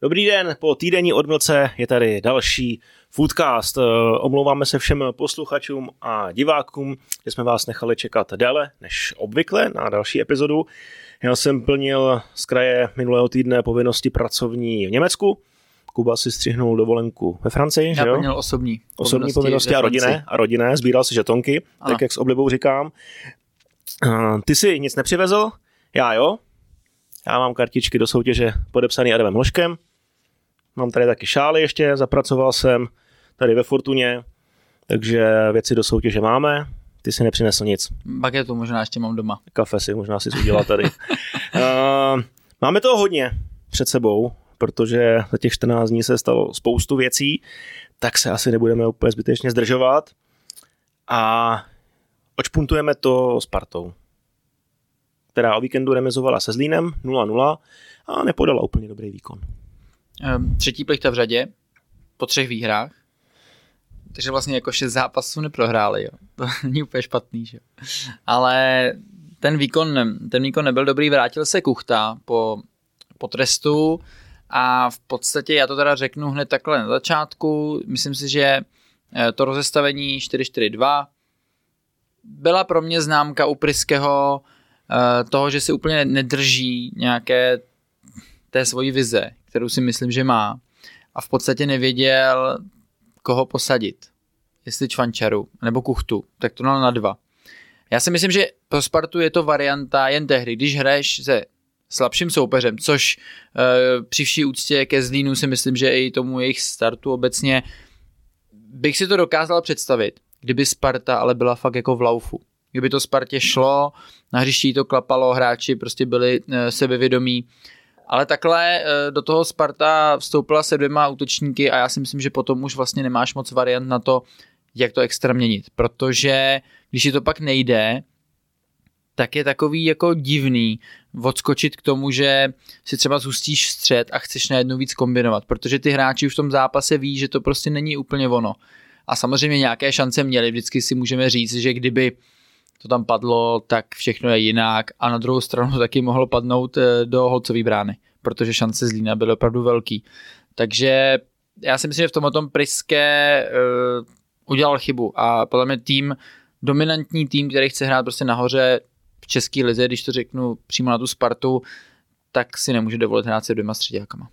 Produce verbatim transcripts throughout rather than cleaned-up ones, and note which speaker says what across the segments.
Speaker 1: Dobrý den, po týdenní odmlce je tady další Foodcast. Omlouváme se všem posluchačům a divákům, že jsme vás nechali čekat déle než obvykle na další epizodu. Já jsem plnil z kraje minulého týdne povinnosti pracovní v Německu. Kuba si střihnul dovolenku ve Francii.
Speaker 2: Já
Speaker 1: že jo?
Speaker 2: plnil osobní
Speaker 1: Osobní povinnosti a rodinné, a rodinné, sbíral si žetonky, ano. Tak jak s oblibou říkám. Ty si nic nepřivezl? Já jo. Já mám kartičky do soutěže podepsaný Adamem Hloškem. Mám tady taky šály ještě, zapracoval jsem tady ve Fortuně, takže věci do soutěže máme. Ty si nepřinesl nic.
Speaker 2: Bagetu možná ještě mám doma.
Speaker 1: Kafe si možná si udělal tady. uh, máme toho hodně před sebou, protože za těch čtrnáct dní se stalo spoustu věcí, tak se asi nebudeme úplně zbytečně zdržovat. A odšpuntujeme to Spartou, která o víkendu remizovala se Zlínem nula nula a nepodala úplně dobrý výkon.
Speaker 2: Třetí plichta v řadě, po třech výhrách, takže vlastně jako šest zápasů neprohráli, jo. To není úplně špatný, že? Ale ten výkon, ten výkon nebyl dobrý, vrátil se Kuchta po, po trestu a v podstatě já to teda řeknu hned takhle na začátku, myslím si, že to rozestavení čtyři čtyři dva byla pro mě známka u Pryského toho, že si úplně nedrží nějaké té svojí vize, kterou si myslím, že má, a v podstatě nevěděl, koho posadit. Jestli Čvančaru nebo Kuchtu, tak to dal na dva. Já si myslím, že pro Spartu je to varianta jen tehdy, když hraješ se slabším soupeřem, což e, při vší úctě ke Zlínu si myslím, že i tomu jejich startu obecně bych si to dokázal představit, kdyby Sparta ale byla fakt jako v laufu. Kdyby to Spartě šlo, na hřišti to klapalo, hráči prostě byli e, sebevědomí. Ale takhle do toho Sparta vstoupila se dvěma útočníky a já si myslím, že potom už vlastně nemáš moc variant na to, jak to extra měnit. Protože když ti to pak nejde, tak je takový jako divný odskočit k tomu, že si třeba zhustíš střed a chceš najednou víc kombinovat. Protože ty hráči už v tom zápase ví, že to prostě není úplně ono. A samozřejmě nějaké šance měli. Vždycky si můžeme říct, že kdyby to tam padlo, tak všechno je jinak, a na druhou stranu taky mohlo padnout do holcové brány, protože šance Zlína byly opravdu velký. Takže já si myslím, že v tomhle tom Pryské uh, udělal chybu a podle mě tým, dominantní tým, který chce hrát prostě nahoře v české lize, když to řeknu přímo na tu Spartu, tak si nemůže dovolit hrát se dvěma středákama.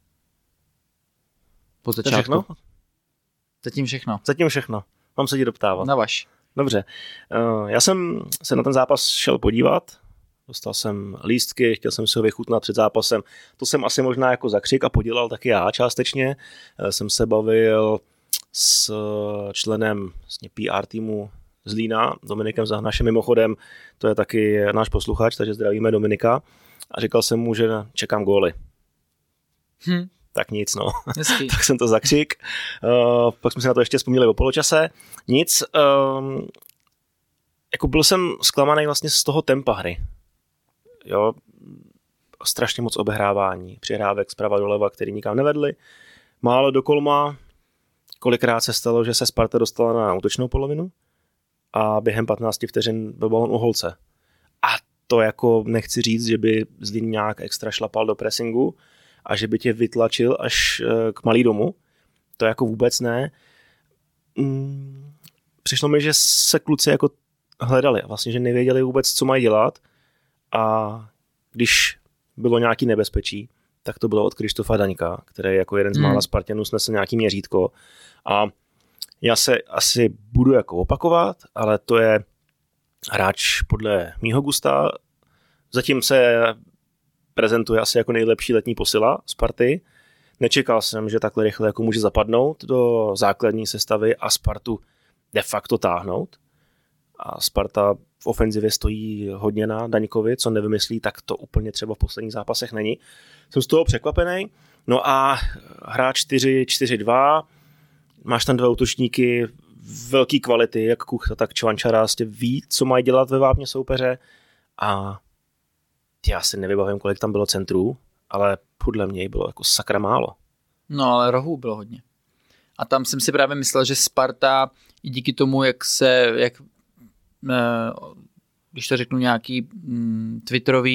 Speaker 2: Po začátku. Zatím všechno.
Speaker 1: Zatím všechno. Mám se ti doptávat.
Speaker 2: Na vaš.
Speaker 1: Dobře, já jsem se na ten zápas šel podívat, dostal jsem lístky, chtěl jsem si ho vychutnat před zápasem, to jsem asi možná jako zakřik a podělal taky já částečně, jsem se bavil s členem vlastně P R týmu Zlína, Dominikem Zahnašem, mimochodem, to je taky náš posluchač, takže zdravíme Dominika, a říkal jsem mu, že čekám góly.
Speaker 2: Hm.
Speaker 1: Tak nic, no. Tak jsem to zakřik. Uh, pak jsme si na to ještě vzpomněli o poločase. Nic. Um, jako byl jsem zklamaný vlastně z toho tempa hry. Jo, strašně moc obehrávání. Přihrávek zprava doleva, který nikam nevedli. Málo do kolma. Kolikrát se stalo, že se Sparta dostala na útočnou polovinu a během patnácti vteřin byl balon u holce. A to jako nechci říct, že by Zlín nějak extra šlapal do pressingu a že by tě vytlačil až k malý domu. To jako vůbec ne. Přišlo mi, že se kluci jako hledali. Vlastně, že nevěděli vůbec, co mají dělat. A když bylo nějaký nebezpečí, tak to bylo od Krištofa Daňka, který jako jeden z mála Spartanů snesl nějaký měřítko. A já se asi budu jako opakovat, ale to je hráč podle mýho gusta. Zatím se prezentuje asi jako nejlepší letní posila Sparty. Nečekal jsem, že takhle rychle jako může zapadnout do základní sestavy a Spartu de facto táhnout. A Sparta v ofenzivě stojí hodně na Daňkovi, co nevymyslí, tak to úplně třeba v posledních zápasech není. Jsem z toho překvapený. No a hráč čtyři čtyři dva, máš tam dva útočníky velký kvality, jak Kuchta, tak Čvančara, vlastně ví, co mají dělat ve vápně soupeře, a já si nevybavím, kolik tam bylo centrů, ale podle mě bylo jako sakra málo.
Speaker 2: No, ale rohů bylo hodně. A tam jsem si právě myslel, že Sparta i díky tomu, jak se, jak, když to řeknu nějaký mm, twitterový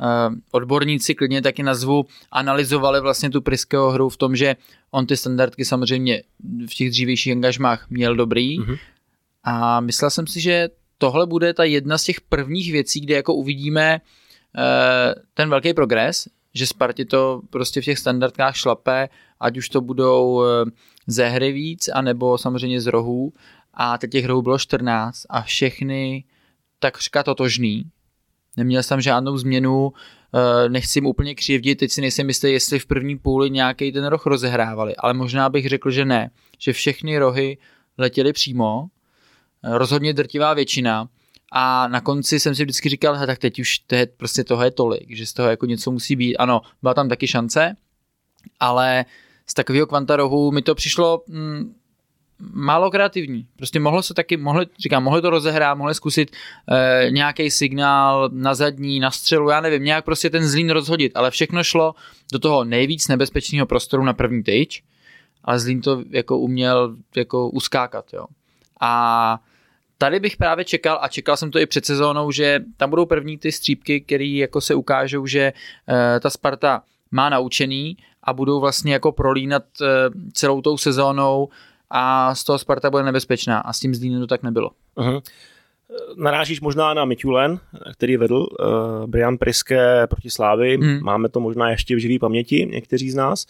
Speaker 2: odborníci, klidně taky nazvu, analyzovali vlastně tu Priskeho hru v tom, že on ty standardky samozřejmě v těch dřívějších angažmách měl dobrý mm-hmm. a myslel jsem si, že tohle bude ta jedna z těch prvních věcí, kde jako uvidíme ten velký progres, že Spartě to prostě v těch standardkách šlape, ať už to budou ze hry víc, anebo samozřejmě z rohů. A teď těch rohů bylo čtrnáct a všechny takřka totožný. Neměl jsem žádnou změnu, nechci jim úplně křivdit, teď si nejsem jistý, jestli v první půli nějaký ten roh rozehrávali, ale možná bych řekl, že ne, že všechny rohy letěly přímo, rozhodně drtivá většina. A na konci jsem si vždycky říkal, tak teď už to je, prostě toho je tolik, že z toho jako něco musí být. Ano, byla tam taky šance, ale z takového kvanta rohu mi to přišlo mm, málo kreativní. Prostě mohlo se taky, mohli, říkám, mohli to rozehrát, mohli zkusit e, nějaký signál na zadní, na střelu, já nevím, nějak prostě ten Zlín rozhodit, ale všechno šlo do toho nejvíc nebezpečného prostoru na první tyč, ale Zlín to jako uměl jako uskákat, jo. A tady bych právě čekal, a čekal jsem to i před sezónou, že tam budou první ty střípky, které jako se ukážou, že e, ta Sparta má naučený a budou vlastně jako prolínat e, celou tou sezónou a z toho Sparta bude nebezpečná a s tím Zlínem to tak nebylo.
Speaker 1: Uh-huh. Narážíš možná na Mitulen, který vedl uh, Brian Priske proti Slávy. Hmm. Máme to možná ještě v živý paměti, někteří z nás.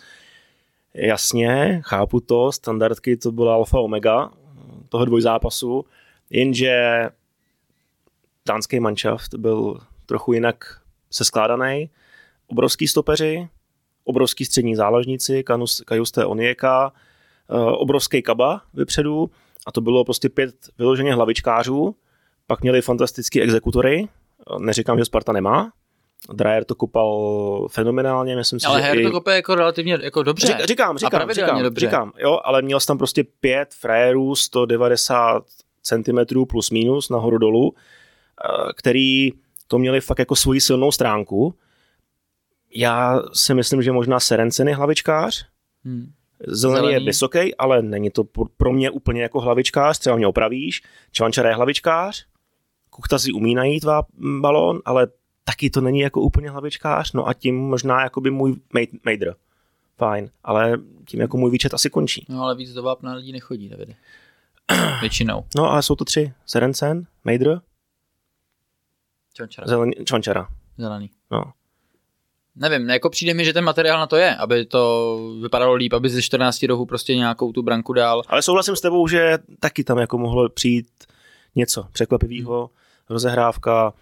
Speaker 1: Jasně, chápu to, standardky to byla alfa omega toho dvojzápasu, jenže dánský manšaft byl trochu jinak seskládaný. Obrovský stopeři, obrovský střední záložníci, Kajuste Onieka, obrovský Kaba vypředu a to bylo prostě pět vyloženě hlavičkářů, pak měli fantastický exekutory, neříkám, že Sparta nemá, Dreyer to kopal fenomenálně, myslím si,
Speaker 2: ale
Speaker 1: že
Speaker 2: Her
Speaker 1: i...
Speaker 2: to kopal jako relativně jako dobře.
Speaker 1: Řík, říkám, říkám, říkám,
Speaker 2: dobře.
Speaker 1: říkám, jo, ale měl jsi tam prostě pět frérů, sto devadesát centimetrů plus minus nahoru dolů, který to měli fakt jako svoji silnou stránku. Já si myslím, že možná Serencen je hlavičkář, hmm. Zelený, Zelený je vysoký, ale není to pro mě úplně jako hlavičkář, třeba mě opravíš. Čvančara je hlavičkář, Kuchta si umí najít balón, ale taky to není jako úplně hlavičkář, no a tím možná jakoby můj mejdr. Fajn, ale tím jako můj výčet asi končí.
Speaker 2: No ale víc do vápna lidí nechodí, Davide. Většinou.
Speaker 1: No ale jsou to tři. Serencen, mejdr,
Speaker 2: Čvančara.
Speaker 1: Zelený, Čvančara.
Speaker 2: Zelený.
Speaker 1: No.
Speaker 2: Nevím, jako přijde mi, že ten materiál na to je, aby to vypadalo líp, aby ze čtrnácti rohů prostě nějakou tu branku dál.
Speaker 1: Ale souhlasím s tebou, že taky tam jako mohlo přijít něco překvapivého, hmm. rozehrávka,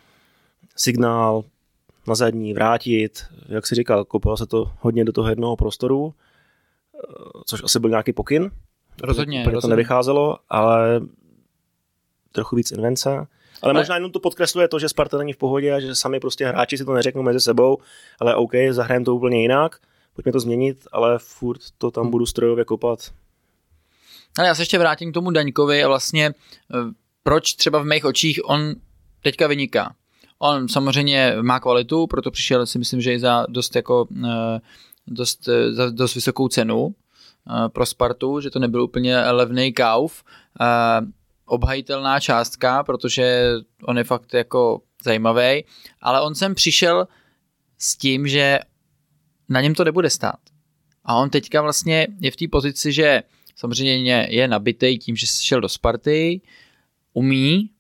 Speaker 1: signál na zadní, vrátit, jak jsi říkal, kopalo se to hodně do toho jednoho prostoru, což asi byl nějaký pokyn.
Speaker 2: Rozhodně.
Speaker 1: Protože
Speaker 2: rozhodně.
Speaker 1: to nevycházelo, ale trochu víc invence. Ale možná jenom to podkresluje to, že Sparta není v pohodě a že sami prostě hráči si to neřeknou mezi sebou, ale OK, zahrajeme to úplně jinak, pojďme to změnit, ale furt to tam budu strojově kopat.
Speaker 2: Ale já se ještě vrátím k tomu Daňkovi a vlastně proč třeba v mých očích on teďka vyniká. On samozřejmě má kvalitu, proto přišel si myslím, že i za dost, jako, dost, za dost vysokou cenu pro Spartu, že to nebyl úplně levný kauf. Obhajitelná částka, protože on je fakt jako zajímavý, ale on sem přišel s tím, že na něm to nebude stát. A on teďka vlastně je v té pozici, že samozřejmě je nabitej tím, že šel do Sparty, umí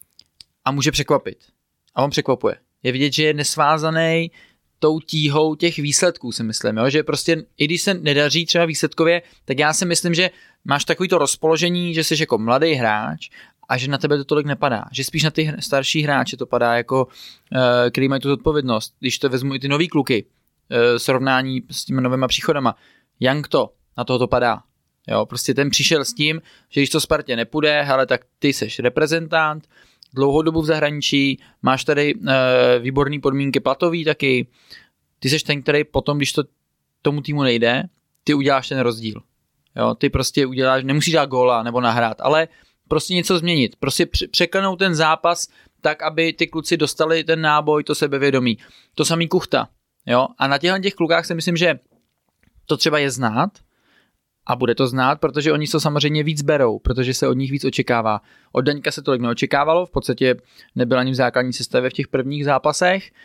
Speaker 2: a může překvapit. A on překvapuje. Je vidět, že je nesvázaný tou tíhou těch výsledků, si myslím, jo? Že prostě i když se nedaří třeba výsledkově, tak já si myslím, že máš takovýto rozpoložení, že jsi jako mladý hráč a že na tebe to tolik nepadá. Že spíš na ty starší hráče to padá jako, uh, který mají tu zodpovědnost. Když to vezmu i ty nový kluky, uh, srovnání s těmi novýma příchodama. Jank to, na toho to padá. Jo? Prostě ten přišel s tím, že když to Spartě nepůjde, hele, tak ty seš reprezentant, dlouhou dobu v zahraničí, máš tady uh, výborný podmínky platový taky, ty seš ten, který potom, když to tomu týmu nejde, ty uděláš ten rozdíl. Jo, ty prostě uděláš, nemusíš dát góla nebo nahrát, ale prostě něco změnit, prostě překlenout ten zápas tak, aby ty kluci dostali ten náboj, to sebevědomí. To samý Kuchta. Jo? A na těchto těch klukách si myslím, že to třeba je znát a bude to znát, protože oni to samozřejmě víc berou, protože se od nich víc očekává. Od Daňka se tolik neočekávalo, v podstatě nebyl ani v základní sestavě v těch prvních zápasech,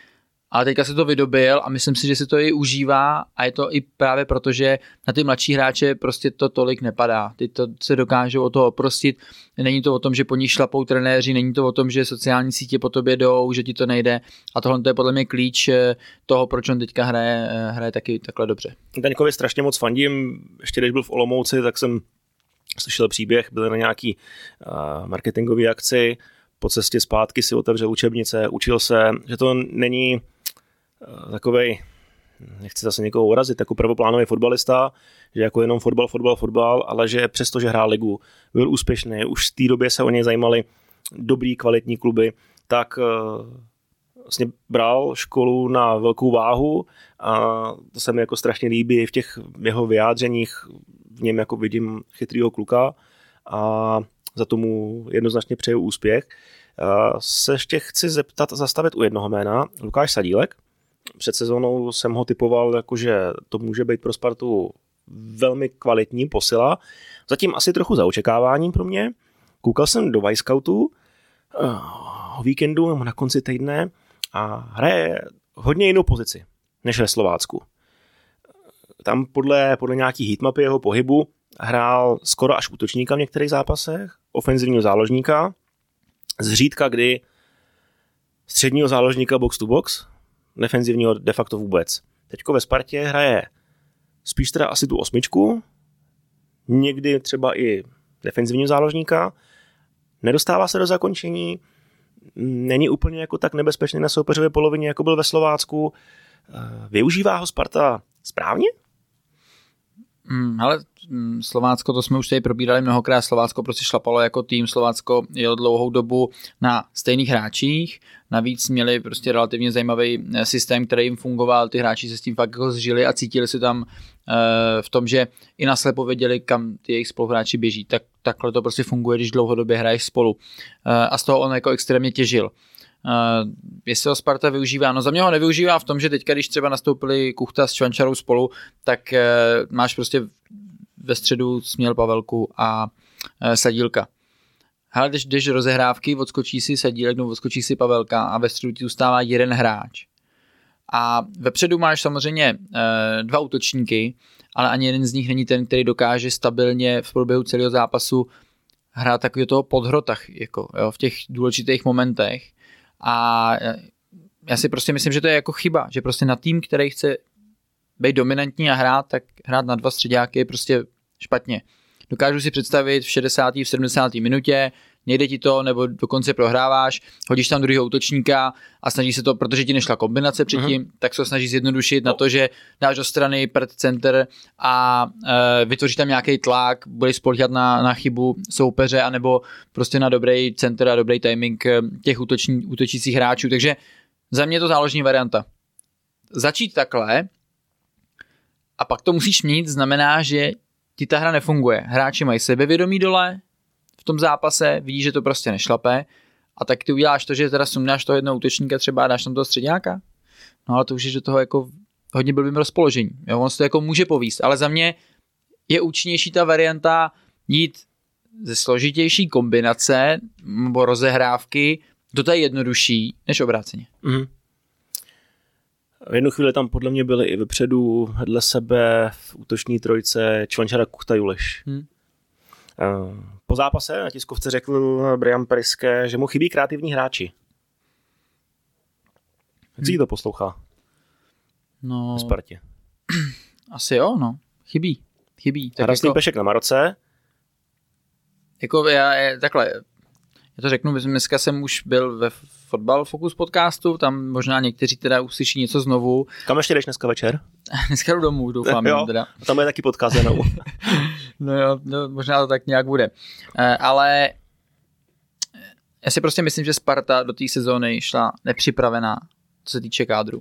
Speaker 2: ale teďka se to vydobil a myslím si, že si to i užívá a je to i právě proto, že na ty mladší hráče prostě to tolik nepadá. Ty to se dokážou o toho oprostit. Není to o tom, že po nich šlapou trenéři, není to o tom, že sociální sítě po tobě jdou, že ti to nejde a tohle to je podle mě klíč toho, proč on teďka hraje, hraje taky takhle dobře.
Speaker 1: Daňkovi strašně moc fandím. Ještě když byl v Olomouci, tak jsem slyšel příběh, byl na nějaký uh, marketingový akci, po cestě zpátky si otevřel učebnice, učil se, že to není uh, takovej, nechci zase někoho urazit, jako prvoplánový fotbalista, že jako jenom fotbal, fotbal, fotbal, ale že přesto, že hrál ligu, byl úspěšný, už v té době se o něj zajímali dobrý, kvalitní kluby, tak uh, vlastně bral školu na velkou váhu a to se mi jako strašně líbí v těch jeho vyjádřeních, v něm jako vidím chytrýho kluka a za tomu jednoznačně přeju úspěch. Se ještě chci zeptat, zastavit u jednoho jména, Lukáš Sadílek. Před sezónou jsem ho typoval, jakože to může být pro Spartu velmi kvalitní posila. Zatím asi trochu za očekáváním pro mě. Koukal jsem do Vyscoutu o víkendu nebo na konci týdne a hraje hodně jinou pozici než ve Slovácku. Tam podle, podle nějaký heatmapy jeho pohybu hrál skoro až útočníka v některých zápasech, ofenzivního záložníka, zřídka kdy středního záložníka box to box, defenzivního de facto vůbec. Teďko ve Spartě hraje spíš teda asi tu osmičku, někdy třeba i defenzivního záložníka, nedostává se do zakončení, není úplně jako tak nebezpečný na soupeřové polovině, jako byl ve Slovácku. Využívá ho Sparta správně?
Speaker 2: Hmm, ale Slovácko, to jsme už tady probírali mnohokrát, Slovácko prostě šlapalo jako tým, Slovácko jelo dlouhou dobu na stejných hráčích, navíc měli prostě relativně zajímavý systém, který jim fungoval, ty hráči se s tím fakt jako zžili a cítili se tam e, v tom, že i naslepo věděli, kam ty jejich spoluhráči běží, tak takhle to prostě funguje, když dlouhodobě hraješ spolu e, a z toho on jako extrémně těžil. Uh, jestli ho Sparta využívá, no za mě ho nevyužívá v tom, že teďka, když třeba nastoupili Kuchta s Čvančarou spolu, tak uh, máš prostě ve středu Směl, Pavelku a uh, Sadílka. Ale když jdeš do rozehrávky, odskočí si Sadílek nebo odskočí si Pavelka a ve středu ti zůstává jeden hráč. A vepředu máš samozřejmě uh, dva útočníky, ale ani jeden z nich není ten, který dokáže stabilně v průběhu celého zápasu hrát takový toho podhrotach jako, jo, v těch důležitých momentech. A já si prostě myslím, že to je jako chyba, že prostě na tým, který chce být dominantní a hrát, tak hrát na dva středáky je prostě špatně. Dokážu si představit v šedesáté v sedmdesáté minutě, nejde ti to, nebo dokonce prohráváš, hodíš tam druhého útočníka a snaží se to, protože ti nešla kombinace předtím, uh-huh. tak se to snaží zjednodušit no. na to, že dáš do strany pred center a e, vytvoříš tam nějaký tlak, budeš spolíhat na, na chybu soupeře, anebo prostě na dobrý center a dobrý timing těch útoční, útočících hráčů. Takže za mě je to záložní varianta. Začít takhle a pak to musíš mít, znamená, že ti ta hra nefunguje. Hráči mají sebevědomí dole, v tom zápase, vidíš, že to prostě nešlape a tak ty uděláš to, že teda sundáš toho jednoho útočníka třeba a dáš tam toho středňáka. No ale to už je do toho jako hodně blbým rozpoložení. Jo, on se to jako může povíst, ale za mě je účinnější ta varianta jít ze složitější kombinace nebo rozehrávky do té jednodušší, než obráceně.
Speaker 1: Mm. V jednu chvíli tam podle mě byly i vepředu vedle sebe v útoční trojce Čvančara, Kuchta, Juleš. Hmm. Po zápase na tiskovce řekl Brian Periske, že mu chybí kreativní hráči. Jak si to poslouchá?
Speaker 2: No,
Speaker 1: v Spartě.
Speaker 2: Asi jo, no. Chybí. Chybí.
Speaker 1: Tak Hrastný jako, Pešek na Maroce.
Speaker 2: Jako já, já takhle, já to řeknu, dneska jsem už byl ve Fotbal Focus podcastu, tam možná někteří teda uslyší něco znovu.
Speaker 1: Kam ještě jdeš dneska večer?
Speaker 2: Dneska jdu domů, doufám.
Speaker 1: Jo,
Speaker 2: teda.
Speaker 1: Tam je taky podcast jenom.
Speaker 2: No jo, no, možná to tak nějak bude. Ale já si prostě myslím, že Sparta do té sezóny šla nepřipravená, co se týče kádru.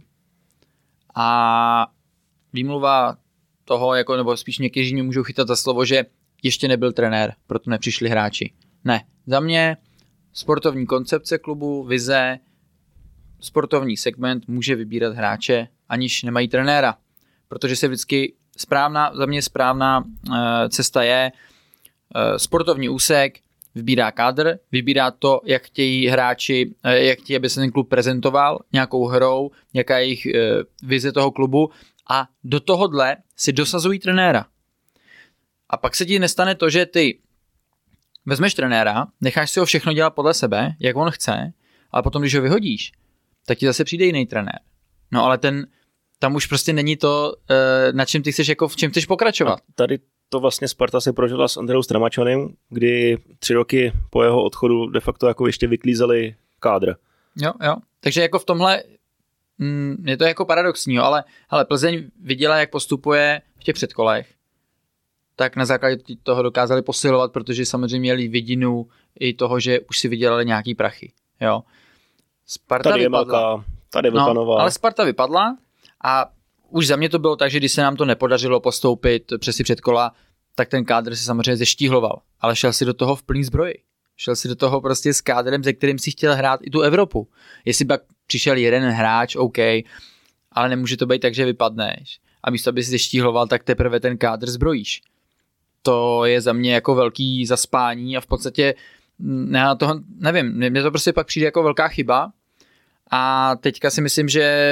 Speaker 2: A výmluva toho, jako, nebo spíš někteří mě můžou chytat za slovo, že ještě nebyl trenér, proto nepřišli hráči. Ne, za mě sportovní koncepce klubu, vize, sportovní segment může vybírat hráče, aniž nemají trenéra. Protože se vždycky správná, za mě správná e, cesta je e, sportovní úsek, vybírá kádr, vybírá to, jak chtějí hráči, jak chtějí, aby se ten klub prezentoval, nějakou hrou, jaká je jejich vize toho klubu a do tohohle si dosazují trenéra. A pak se ti nestane to, že ty vezmeš trenéra, necháš si ho všechno dělat podle sebe, jak on chce, ale potom, když ho vyhodíš, tak ti zase přijde jiný trenér. No ale ten, tam už prostě není to, na čem ty chceš, jako v čem chceš pokračovat.
Speaker 1: A tady to vlastně Sparta si prožila s Andreou Stramačanem, kdy tři roky po jeho odchodu de facto jako ještě vyklízeli kádr.
Speaker 2: Jo, jo. Takže jako v tomhle mm, je to jako paradoxní, ale, ale Plzeň viděla, jak postupuje v těch předkolech, tak na základě toho dokázali posilovat, protože samozřejmě měli vidinu i toho, že už si vydělali nějaký prachy. Jo. Sparta
Speaker 1: tady
Speaker 2: vypadla.
Speaker 1: je Malka, tady je Vlkanová.
Speaker 2: No, ale Sparta vypadla a už za mě to bylo tak, že když se nám to nepodařilo postoupit přes ty předkola, tak ten kádr se samozřejmě zeštíhloval. Ale šel si do toho v plný zbroji. Šel si do toho prostě s kádrem, se kterým si chtěl hrát i tu Evropu. Jestli pak přišel jeden hráč, OK, ale nemůže to být tak, že vypadneš. A místo, aby si zeštíhloval, tak teprve ten kádr zbrojíš. To je za mě jako velký zaspání a v podstatě já toho nevím, mně to prostě pak přijde jako velká chyba a teďka si myslím, že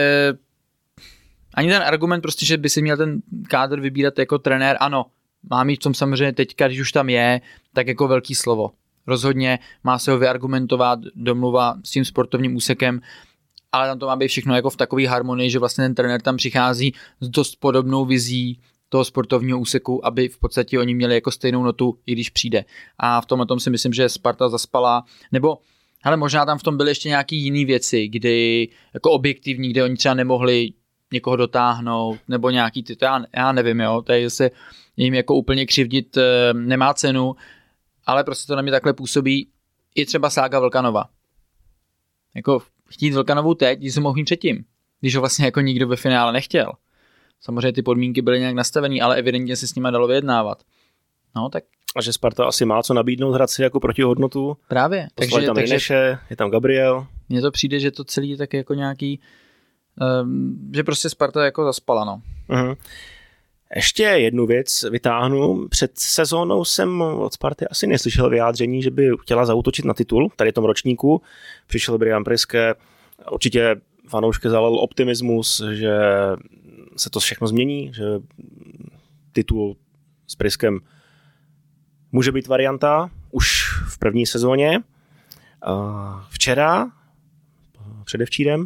Speaker 2: ani ten argument prostě, že by si měl ten kádr vybírat jako trenér, ano, má mít v tom samozřejmě teďka, když už tam je, tak jako velký slovo. Rozhodně má se ho vyargumentovat, domluva s tím sportovním úsekem, ale tam to má být všechno jako v takové harmonii, že vlastně ten trenér tam přichází s dost podobnou vizí toho sportovního úseku, aby v podstatě oni měli jako stejnou notu, i když přijde. A v tomhle tom si myslím, že Sparta zaspala, nebo hele, možná tam v tom byly ještě nějaký jiný věci, kdy jako objektivní, kde oni třeba nemohli někoho dotáhnout, nebo nějaký ty, to já, já nevím, jo, tady se jim jako úplně křivdit e, nemá cenu, ale prostě to na mě takhle působí i třeba sága Vlkanova. Jako chtít Vlkanovu teď, když se mohl jít předtím, když ho vlastně jako nikdo ve finále nechtěl. Samozřejmě ty podmínky byly nějak nastavený, ale evidentně se s nima dalo vyjednávat. No, tak...
Speaker 1: A že Sparta asi má co nabídnout Hradci jako protihodnotu.
Speaker 2: Právě.
Speaker 1: Takže je tam takže Rineše, je tam Gabriel.
Speaker 2: Mně to přijde, že to celý je tak jako nějaký, um, že prostě Sparta jako zaspala, no.
Speaker 1: Uh-huh. Ještě jednu věc vytáhnu. Před sezónou jsem od Sparty asi neslyšel vyjádření, že by chtěla zaútočit na titul, tady v tom ročníku. Přišel Brian Priske, určitě fanoušky zalil optimismus, že se to všechno změní, že titul s Priskem může být varianta už v první sezóně. Včera, předevčírem,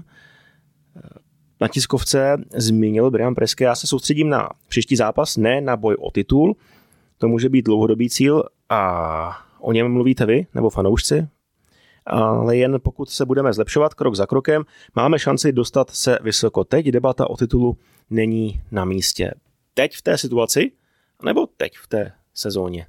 Speaker 1: na tiskovce zmínil Brian Priske, já se soustředím na příští zápas, ne na boj o titul, to může být dlouhodobý cíl a o něm mluvíte vy, nebo fanoušci, ale jen pokud se budeme zlepšovat krok za krokem, máme šanci dostat se vysoko. Teď debata o titulu není na místě. Teď v té situaci, nebo teď v té sezóně?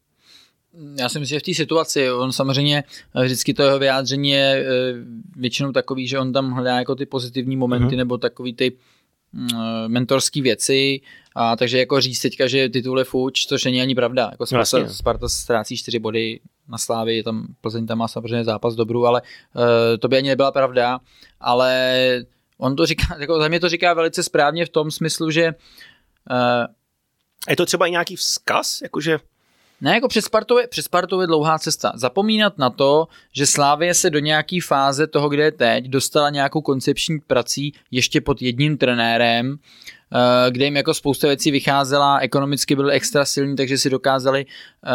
Speaker 2: Já si myslím, že v té situaci, on samozřejmě vždycky to jeho vyjádření je většinou takový, že on tam hledá jako ty pozitivní momenty, mm. nebo takový ty mentorský věci, a takže jako říct teďka, že titul je fuč, což není ani pravda. Jako Sparta, no, Sparta ztrácí čtyři body na Slávii, tam Plzeň tam má samozřejmě zápas dobrou, ale uh, to by ani nebyla pravda, ale on to říká, jako za mě to říká velice správně v tom smyslu, že uh,
Speaker 1: je to třeba i nějaký vzkaz, jakože
Speaker 2: ne, jako před Spartou, je, před Spartou je dlouhá cesta. Zapomínat na to, že Slavie se do nějaký fáze toho, kde je teď, dostala nějakou koncepční prací ještě pod jedním trenérem, kde jim jako spousta věcí vycházela, ekonomicky byli extra silní, takže si dokázali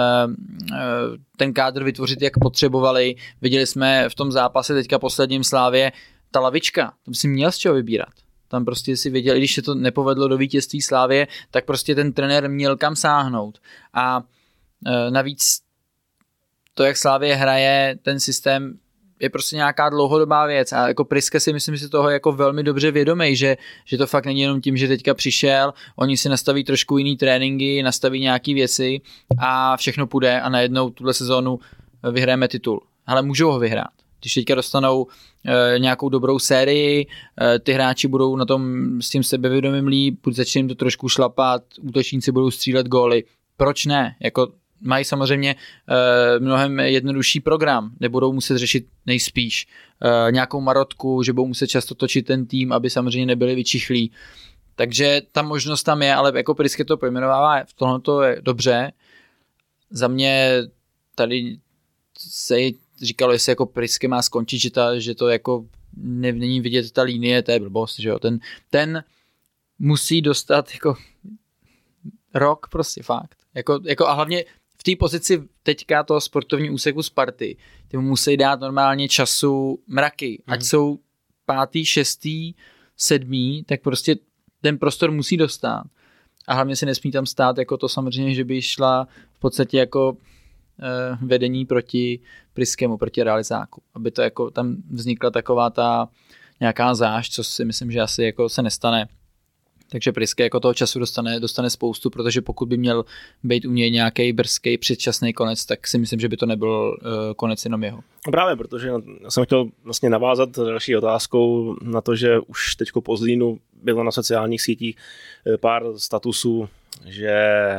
Speaker 2: ten kádr vytvořit, jak potřebovali. Viděli jsme v tom zápase teďka posledním Slavie, ta lavička, tam si měl z čeho vybírat. Tam prostě si věděl, i když se to nepovedlo do vítězství Slavie, tak prostě ten trenér měl kam sáhnout. A navíc to, jak Slavie hraje, ten systém je prostě nějaká dlouhodobá věc a jako Priske si myslím, že si toho jako velmi dobře vědomý, že, že to fakt není jenom tím, že teďka přišel, oni si nastaví trošku jiný tréninky, nastaví nějaký věci a všechno půjde a najednou tuhle sezónu vyhrajeme titul. Ale můžou ho vyhrát. Když teďka dostanou e, nějakou dobrou sérii, e, ty hráči budou na tom s tím sebevědomím líp, začne jim to trošku šlapat, útočníci budou střílet góly. Proč ne? Jako mají samozřejmě e, mnohem jednodušší program, nebudou muset řešit nejspíš e, nějakou marotku, že budou muset často točit ten tým, aby samozřejmě nebyli vyčichlí. Takže ta možnost tam je, ale jako Priske to pojmenovává, v tomhle to je dobře. Za mě tady se říkalo, jestli jako Priske má skončit, že, ta, že to jako ne, není vidět ta linie, to je blbost, že jo. Ten, ten musí dostat jako rok prostě fakt. Jako, jako a hlavně v té pozici teďka toho sportovní úseku Sparty, ty mu musí dát normálně času mraky, mm. ať jsou pátý, šestý, sedmý, tak prostě ten prostor musí dostat. A hlavně si nesmí tam stát jako to samozřejmě, že by šla v podstatě jako eh, vedení proti Priskému, proti realizáku. Aby to jako tam vznikla taková ta nějaká zášť, co si myslím, že asi jako se nestane. Takže Priske jako toho času dostane, dostane spoustu, protože pokud by měl být u něj nějaký brzký předčasný konec, tak si myslím, že by to nebyl uh, konec jenom jeho.
Speaker 1: Právě, protože jsem chtěl vlastně navázat další otázkou na to, že už teďko po Zlínu bylo na sociálních sítích pár statusů, že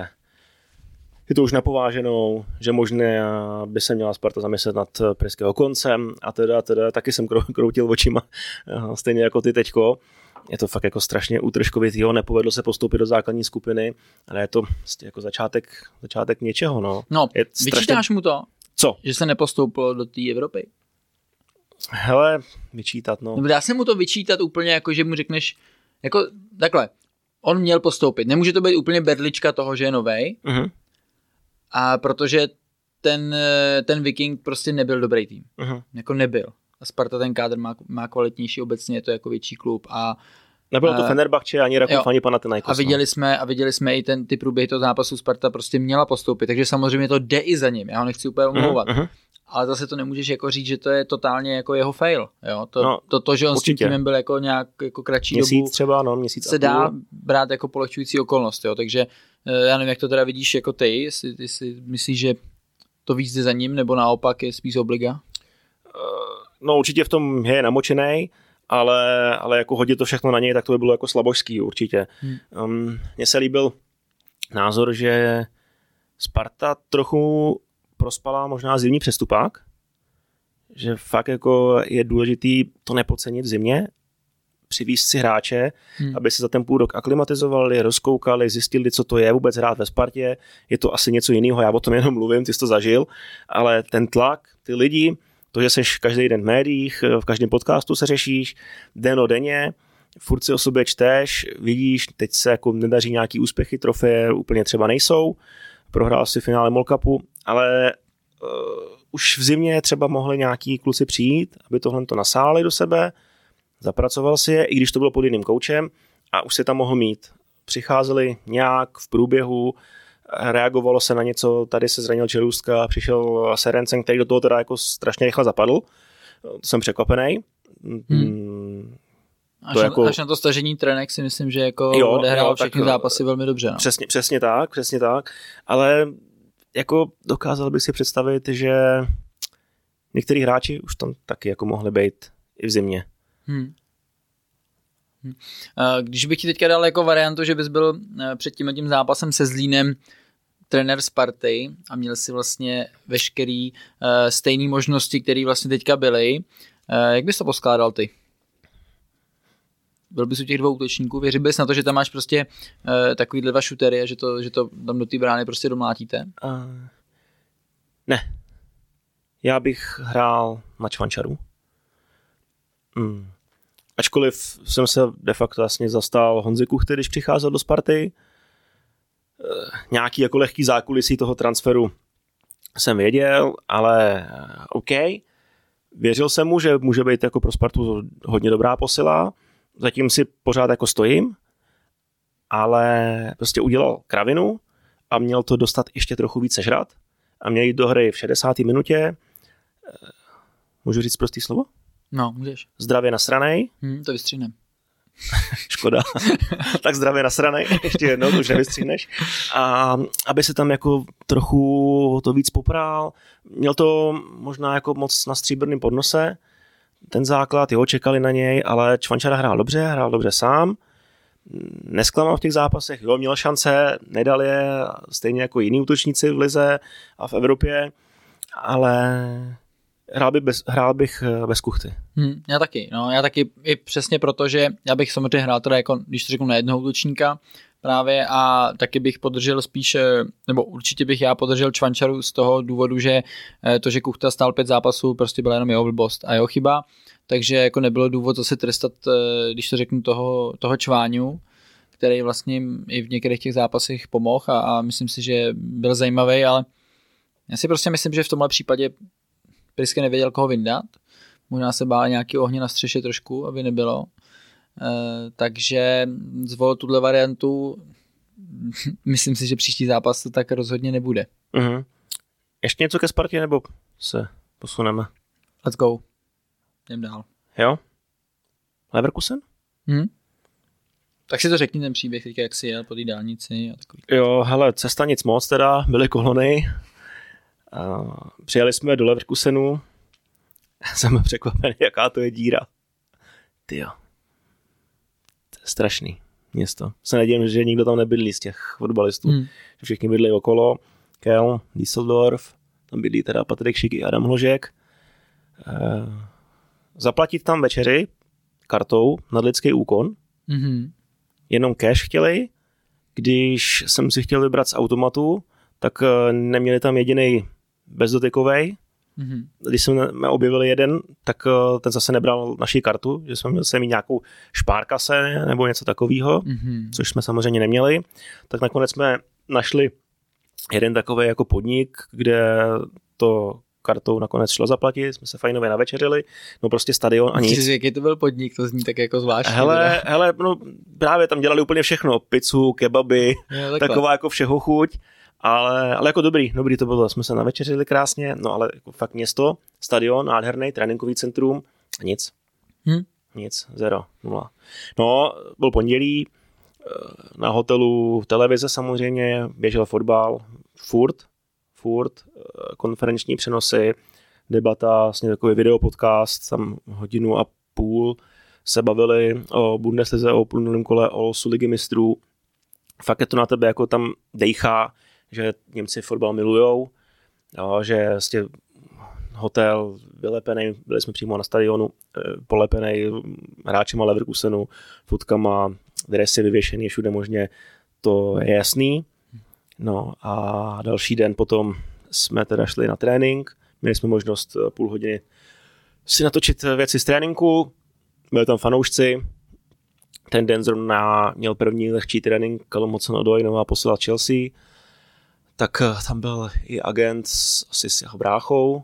Speaker 1: je to už napováženou, že možná by se měla Sparta zamyslet nad Priského koncem a teda, teda taky jsem kroutil očima, stejně jako ty teďko. Je to fakt jako strašně útržkovitýho, nepovedlo se postoupit do základní skupiny, ale je to jako začátek, začátek něčeho. No,
Speaker 2: no
Speaker 1: je strašně...
Speaker 2: vyčítáš mu to?
Speaker 1: Co?
Speaker 2: Že se nepostoupilo do té Evropy?
Speaker 1: Hele, vyčítat, no.
Speaker 2: Dá se mu to vyčítat úplně jako, že mu řekneš, jako takhle, on měl postoupit. Nemůže to být úplně berlička toho, že je novej, uh-huh. a protože ten, ten Viking prostě nebyl dobrý tým. Uh-huh. Jako nebyl. A Sparta ten kádr má, má kvalitnější, obecně je to jako větší klub. A
Speaker 1: nebylo to Fenerbahče ani Rakov ani Panathinaikos.
Speaker 2: A viděli jsme, a viděli jsme i ten ty průběhy toho zápasu, Sparta prostě měla postoupit, takže samozřejmě to jde i za ním. Já ho nechci úplně omlouvat. Uh-huh. Ale zase to nemůžeš jako říct, že to je totálně jako jeho fail. Jo? To, no, to, to, že on určitě. S tím týmem byl jako nějak jako kratší
Speaker 1: měsíc
Speaker 2: dobu,
Speaker 1: třeba, no, měsíc
Speaker 2: se dá brát jako polehčující okolnost. Jo? Takže já nevím, jak to teda vidíš jako ty, jestli, jestli myslíš, že to víc jde za ním, nebo naopak je spíš obliga? Uh,
Speaker 1: no určitě v tom je namočenej, ale, ale jako hodit to všechno na něj, tak to by bylo jako slabožský určitě. Hmm. Um, mně se líbil názor, že Sparta trochu prospala možná zimní přestupák, že fakt jako je důležitý to nepodcenit v zimě, přivízt si hráče, hmm. aby se za ten půl rok aklimatizovali, rozkoukali, zjistili, co to je vůbec hrát ve Spartě. Je to asi něco jiného, já o tom jenom mluvím, ty jsi to zažil, ale ten tlak, ty lidi, to, že seš každý den v médiích, v každém podcastu se řešíš, den o denně, furt si o sobě čteš, vidíš, teď se jako nedaří nějaký úspěchy, trofeje úplně třeba nejsou, prohrál si finále Mall Cupu, ale uh, už v zimě třeba mohli nějaký kluci přijít, aby tohle to nasáli do sebe, zapracoval si je, i když to bylo pod jiným koučem a už se tam mohl mít. Přicházeli nějak v průběhu, reagovalo se na něco, tady se zranil Čelůstka, přišel Serencen, který do toho teda jako strašně rychle zapadl. To jsem překvapený. Hmm.
Speaker 2: Až, to na, jako... až na to stažení trenek si myslím, že jako jo, odehrál jo, všechny tak, zápasy velmi dobře. No.
Speaker 1: Přesně, přesně tak, přesně tak. Ale jako dokázal bych si představit, že některý hráči už tam taky jako mohli být i v zimě. Hmm.
Speaker 2: Hmm. Když bych ti teďka dal jako variantu, že bys byl před tím tím zápasem se Zlínem trenér Sparty a měl si vlastně veškerý stejné možnosti, které vlastně teďka byly, jak bys to poskládal ty? Byl bys u těch dvou útočníků, věřil bys na to, že tam máš prostě uh, takovýhle dva šutery a že to, že to tam do té brány prostě domlátíte? Uh,
Speaker 1: ne. Já bych hrál na Čvančaru. Hmm. Ačkoliv jsem se de facto vlastně zastal Honzy Kuchty, když přicházel do Sparty. Uh, nějaký jako lehký zákulisí toho transferu jsem věděl, ale uh, OK. Věřil jsem mu, že může být jako pro Spartu hodně dobrá posila. Zatím si pořád jako stojím, ale prostě udělal kravinu a měl to dostat ještě trochu víc sežrat a měl jít do hry v šedesáté minutě. Můžu říct prostý slovo?
Speaker 2: No, můžeš.
Speaker 1: Zdravě nasranej.
Speaker 2: Hmm, to vystříhnem.
Speaker 1: Škoda. Tak zdravě nasranej, ještě jednou, to už nevystříhneš. A aby se tam jako trochu to víc poprál. Měl to možná jako moc na stříbrném podnose, ten základ, jo, čekali na něj, ale Čvančara hrál dobře, hrál dobře sám, nesklamal v těch zápasech, jo, měl šance, nedal je, stejně jako jiní útočníci v lize a v Evropě, ale hrál, by bez, hrál bych bez Kuchty.
Speaker 2: Hmm, já taky, no, já taky i přesně proto, že já bych samozřejmě hrál teda jako, když to řeknu na jednoho útočníka, právě a taky bych podržel spíš, nebo určitě bych já podržel Čvančaru z toho důvodu, že to, že Kuchta stál pět zápasů, prostě byla jenom jeho blbost a jeho chyba, takže jako nebylo důvod zase trestat, když to řeknu, toho, toho Čváňu, který vlastně i v některých těch zápasech pomohl a, a myslím si, že byl zajímavý, ale já si prostě myslím, že v tomhle případě Priske nevěděl, koho vyndat. Možná se bál nějaký ohně na střeše trošku, aby nebylo. E, takže zvolil tuhle variantu. Myslím si, že příští zápas to tak rozhodně nebude.
Speaker 1: Mm-hmm. Ještě něco ke Spartě, nebo se posuneme?
Speaker 2: Let's go. Jdem dál.
Speaker 1: Jo? Leverkusen?
Speaker 2: Hmm? Tak si to řekni ten příběh, teďka, jak jsi jel po té dálnici a takový.
Speaker 1: Jo, hele, cesta nic moc teda, byly kolony. A přijeli jsme do Leverkusenu. Jsem překvapený, jaká to je díra. Tyjo. To je strašný město. Se nedivím, že nikdo tam nebydlí z těch fotbalistů. Hmm. Že všichni bydlí okolo. Köln, Düsseldorf, tam bydlí teda Patrik Šik i Adam Hložek. E, zaplatit tam večeři kartou nad lidský úkon.
Speaker 2: Mm-hmm.
Speaker 1: Jenom cash chtěli. Když jsem si chtěl vybrat z automatu, tak neměli tam jediný bezdotykovej. Mm-hmm. Když jsme objevili jeden, tak ten zase nebral naši kartu, že jsme měli mít nějakou špárkase nebo něco takového, mm-hmm. což jsme samozřejmě neměli. Tak nakonec jsme našli jeden takový jako podnik, kde to kartou nakonec šlo zaplatit, jsme se fajnově navečeřili, no prostě stadion a nic.
Speaker 2: Myslíš, jaký to byl podnik, to zní tak jako zvláštní.
Speaker 1: Hele, hele, no právě tam dělali úplně všechno, pizzu, kebaby,
Speaker 2: jo,
Speaker 1: taková jako všeho chuť, ale, ale jako dobrý, dobrý to bylo, jsme se navečeřili krásně, no ale jako fakt město, stadion, nádherný, tréninkový centrum, nic,
Speaker 2: hm?
Speaker 1: nic, zero, nula. No, byl pondělí, na hotelu televize samozřejmě, běžel fotbal, furt, furt, konferenční přenosy, debata, vlastně takový videopodcast, tam hodinu a půl se bavili o Bundeslize, o plnulém kole, o losu ligy mistrů. Fakt je to na tebe jako tam dejchá, že Němci fotbal milujou, jo, že vlastně hotel vylepený, byli jsme přímo na stadionu, polepený hráčima Leverkusenu, fotkama, dresy vyvěšený všude možně, to je jasný. No a další den potom jsme teda šli na trénink, měli jsme možnost půl hodiny si natočit věci z tréninku, byli tam fanoušci, ten den zrovna měl první lehčí trénink Callum Hudson-Odoi, nová posila Chelsea, tak tam byl i agent s, asi s jeho bráchou,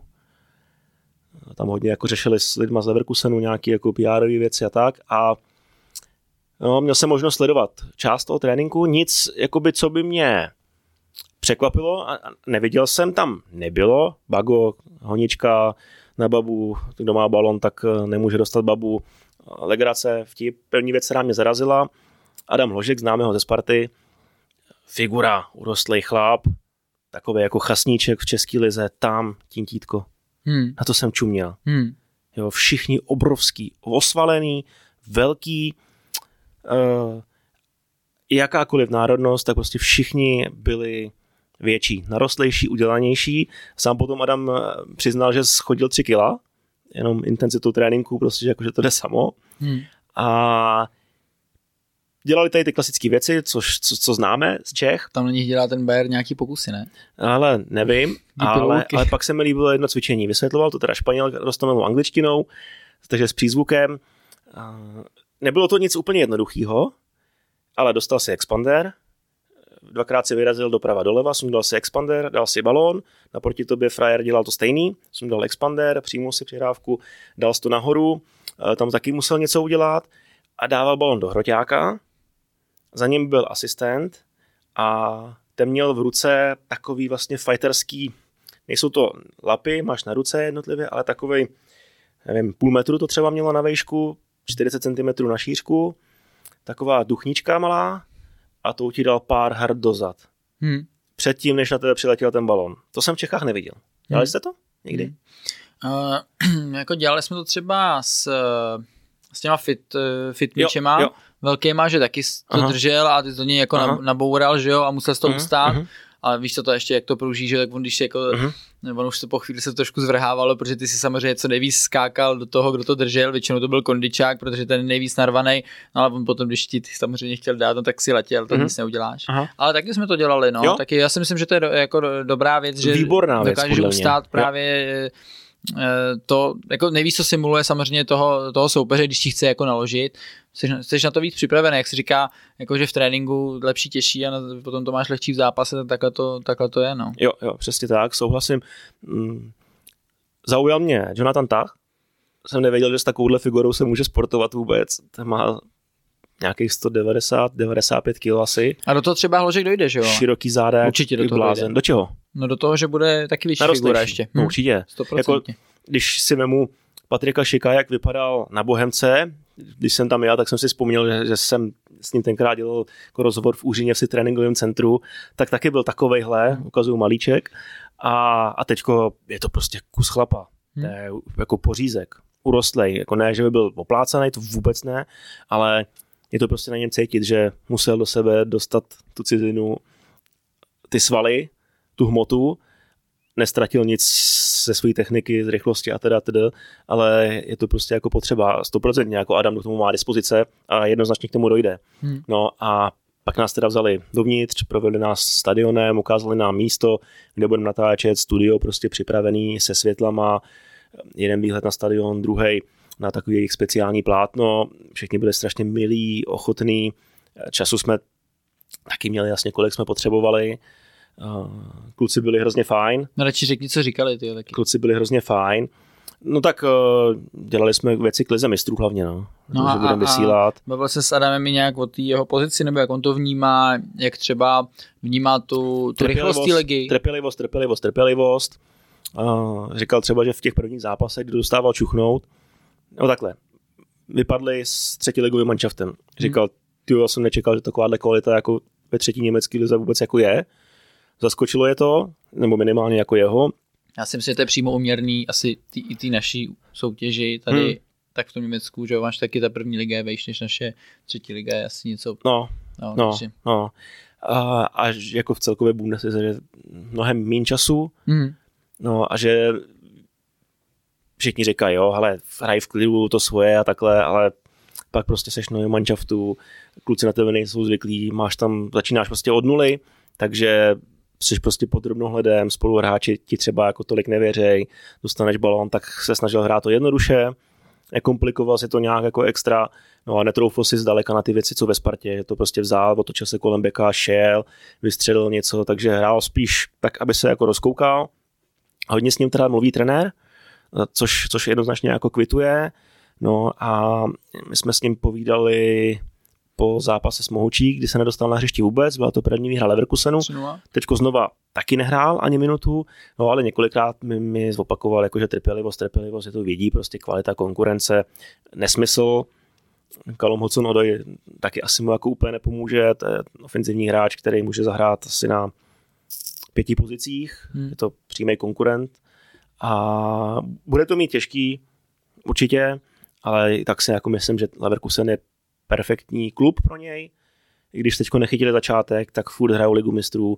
Speaker 1: tam hodně jako řešili s lidma z Leverkusenu nějaké jako P R-ové věci a tak a no, měl jsem možnost sledovat část toho tréninku, nic jakoby co by mě překvapilo a neviděl jsem, tam nebylo, bago, honička na babu, kdo má balon, tak nemůže dostat babu, legrace, vtip, první věc, která mě zarazila, Adam Hložek, známe ho ze Sparty, figura, urostlej chlap, takový jako chasníček v české lize, tam, tintítko, hmm. na to jsem čuměl. Hmm. Jo, všichni obrovský, osvalený, velký, uh, jakákoliv národnost, tak prostě všichni byli větší, narostlejší, udělanější. Sám potom Adam přiznal, že schodil tři kila, jenom intenzitou tréninku, prostě, jakože to jde samo. Hmm. A dělali tady ty klasické věci, což, co, co známe z Čech.
Speaker 2: Tam na nich dělá ten Bayer nějaký pokusy, ne?
Speaker 1: Ale nevím, ale, ale pak se mi líbilo jedno cvičení. Vysvětloval to teda Španěl roztomilou angličtinou, takže s přízvukem. Nebylo to nic úplně jednoduchýho, ale dostal si expander, dvakrát si vyrazil doprava doleva, sundal si expander, dal si balón, naproti tobě frajer dělal to stejný, sundal expander, přijmul si přihrávku, dal si to nahoru, tam taky musel něco udělat a dával balón do hroťáka, za ním byl asistent a ten měl v ruce takový vlastně fighterský, nejsou to lapy, máš na ruce jednotlivě, ale takovej, nevím, půl metru to třeba mělo na vejšku, čtyřicet centimetrů na šířku, taková duchnička malá a to ti dal pár hard dozad. Hmm. Předtím, než na tebe přiletěl ten balon. To jsem v Čechách neviděl. Dělali hmm. jste to někdy?
Speaker 2: Hmm. Uh, jako dělali jsme to třeba s, s těma fit, fit míčema, jo, jo. velkýma, že taky to Aha. držel a ty to něj jako Aha. naboural, že jo, a musel z toho uh-huh. ustát. Uh-huh. Ale víš co to ještě, jak to prouží, že tak on když se jako uh-huh. On už se po chvíli se to trošku zvrhávalo, protože ty si samozřejmě co nejvíc skákal do toho, kdo to držel, většinou to byl kondičák, protože ten je nejvíc narvaný, no ale on potom, když ti ty samozřejmě chtěl dát, no tak si letěl, to mm-hmm. nic neuděláš. Aha. Ale taky jsme to dělali, no, jo? Taky já si myslím, že to je do, jako do, dobrá věc, že
Speaker 1: výborná věc,
Speaker 2: dokážeš ustát právě jo. to, jako nejvíc to simuluje samozřejmě toho, toho soupeře, když ti chce jako naložit. Jsi, jsi na to víc připravený, jak se říká, jako že v tréninku lepší těší a na, potom to máš lehčí v zápase, takhle to, takhle to je, no.
Speaker 1: Jo, jo, přesně tak, souhlasím. Mm, zaujal mě Jonathan Tah, jsem nevěděl, že s takovouhle figurou se může sportovat vůbec, ten má nějakých sto devadesát devadesát pět kilo asi.
Speaker 2: A do toho třeba Hložek dojde, že jo?
Speaker 1: Široký zádek,
Speaker 2: určitě do toho
Speaker 1: blázen. Do čeho?
Speaker 2: No do toho, že bude taky větší figura ještě.
Speaker 1: No, určitě.
Speaker 2: sto procent.
Speaker 1: Jako, když si vemu Patrika Šika, jak vypadal na Bohemce, když jsem tam jel, tak jsem si vzpomněl, že, že jsem s ním tenkrát dělal jako rozhovor v Úřiněvsi tréninkovém centru, tak taky byl takovejhle, ukazuju malíček, a, a teďko je to prostě kus chlapa, hmm. to je jako pořízek, urostlej, jako ne, že by byl oplácaný, to vůbec ne, ale je to prostě na něm cítit, že musel do sebe dostat tu cizinu, ty svaly, tu hmotu, nestratil nic ze své techniky, z rychlosti a teda, teda, ale je to prostě jako potřeba, sto procent jako Adam k tomu má dispozice a jednoznačně k tomu dojde. Hmm. No a pak nás teda vzali dovnitř, provedli nás stadionem, ukázali nám místo, kde budeme natáčet, studio prostě připravený se světlama, jeden výhled na stadion, druhý na takový jejich speciální plátno, všichni byli strašně milí, ochotní, času jsme taky měli jasně, kolik jsme potřebovali. Kluci byli hrozně fajn.
Speaker 2: No radši řekni, co říkali ty taky.
Speaker 1: Kluci byli hrozně fajn. No tak uh, dělali jsme věci k lize mistrů hlavně, no.
Speaker 2: No a, budeme vysílat. A bavil se s Adamem nějak o té jeho pozici, nebo jak on to vnímá, jak třeba vnímá tu, tu rychlost té ligy?
Speaker 1: Trpělivost, trpělivost, trpělivost. Uh, říkal třeba, že v těch prvních zápasech, kdy dostával čuchnout, no takhle, vypadli s třetiligovým manšaftem. Říkal, hmm. tyjo, já jsem nečekal, že takováhle kvalita jako ve třetí německé lize vůbec jako je. Zaskočilo je to, nebo minimálně jako jeho.
Speaker 2: Já si myslím, že to je přímo uměrný asi tý, i ty naší soutěži tady, hmm. tak v tom Německu, že máš taky ta první liga je vejš než naše třetí liga je asi něco.
Speaker 1: No, no, no. no. A, a jako v celkové Bundeslize, že mnohem méně času, hmm. no a že všichni říkají, jo, hele, hraj v klidu to svoje a takhle, ale pak prostě seš nový manšaftu, kluci na tebe nejsou zvyklí, máš tam, začínáš prostě od nuly, takže jsi prostě pod drobnohledem, spoluhráči ti třeba jako tolik nevěřej, dostaneš balón, tak se snažil hrát to jednoduše, nekomplikoval si to nějak jako extra, no a netroufl si zdaleka na ty věci, co ve Spartě, to prostě vzal, otočil se kolem beka, šel, vystřelil něco, takže hrál spíš tak, aby se jako rozkoukal. Hodně s ním teda mluví trenér, což, což jednoznačně jako kvituje, no a my jsme s ním povídali po zápase s Mohučí, kdy se nedostal na hřišti vůbec, byla to první výhra Leverkusenu, teďko znova taky nehrál ani minutu, no ale několikrát mi, mi zopakoval, jakože trpělivost, trpělivost, je to vědí, prostě kvalita konkurence, nesmysl. Callum Hudson-Odoi taky asi mu jako úplně nepomůže, to je ofenzivní hráč, který může zahrát asi na pěti pozicích, hmm. je to přímý konkurent a bude to mít těžký, určitě, ale tak si jako myslím, že Leverkusen je perfektní klub pro něj. I když teďko nechytili začátek, tak furt hrajou ligu mistrů.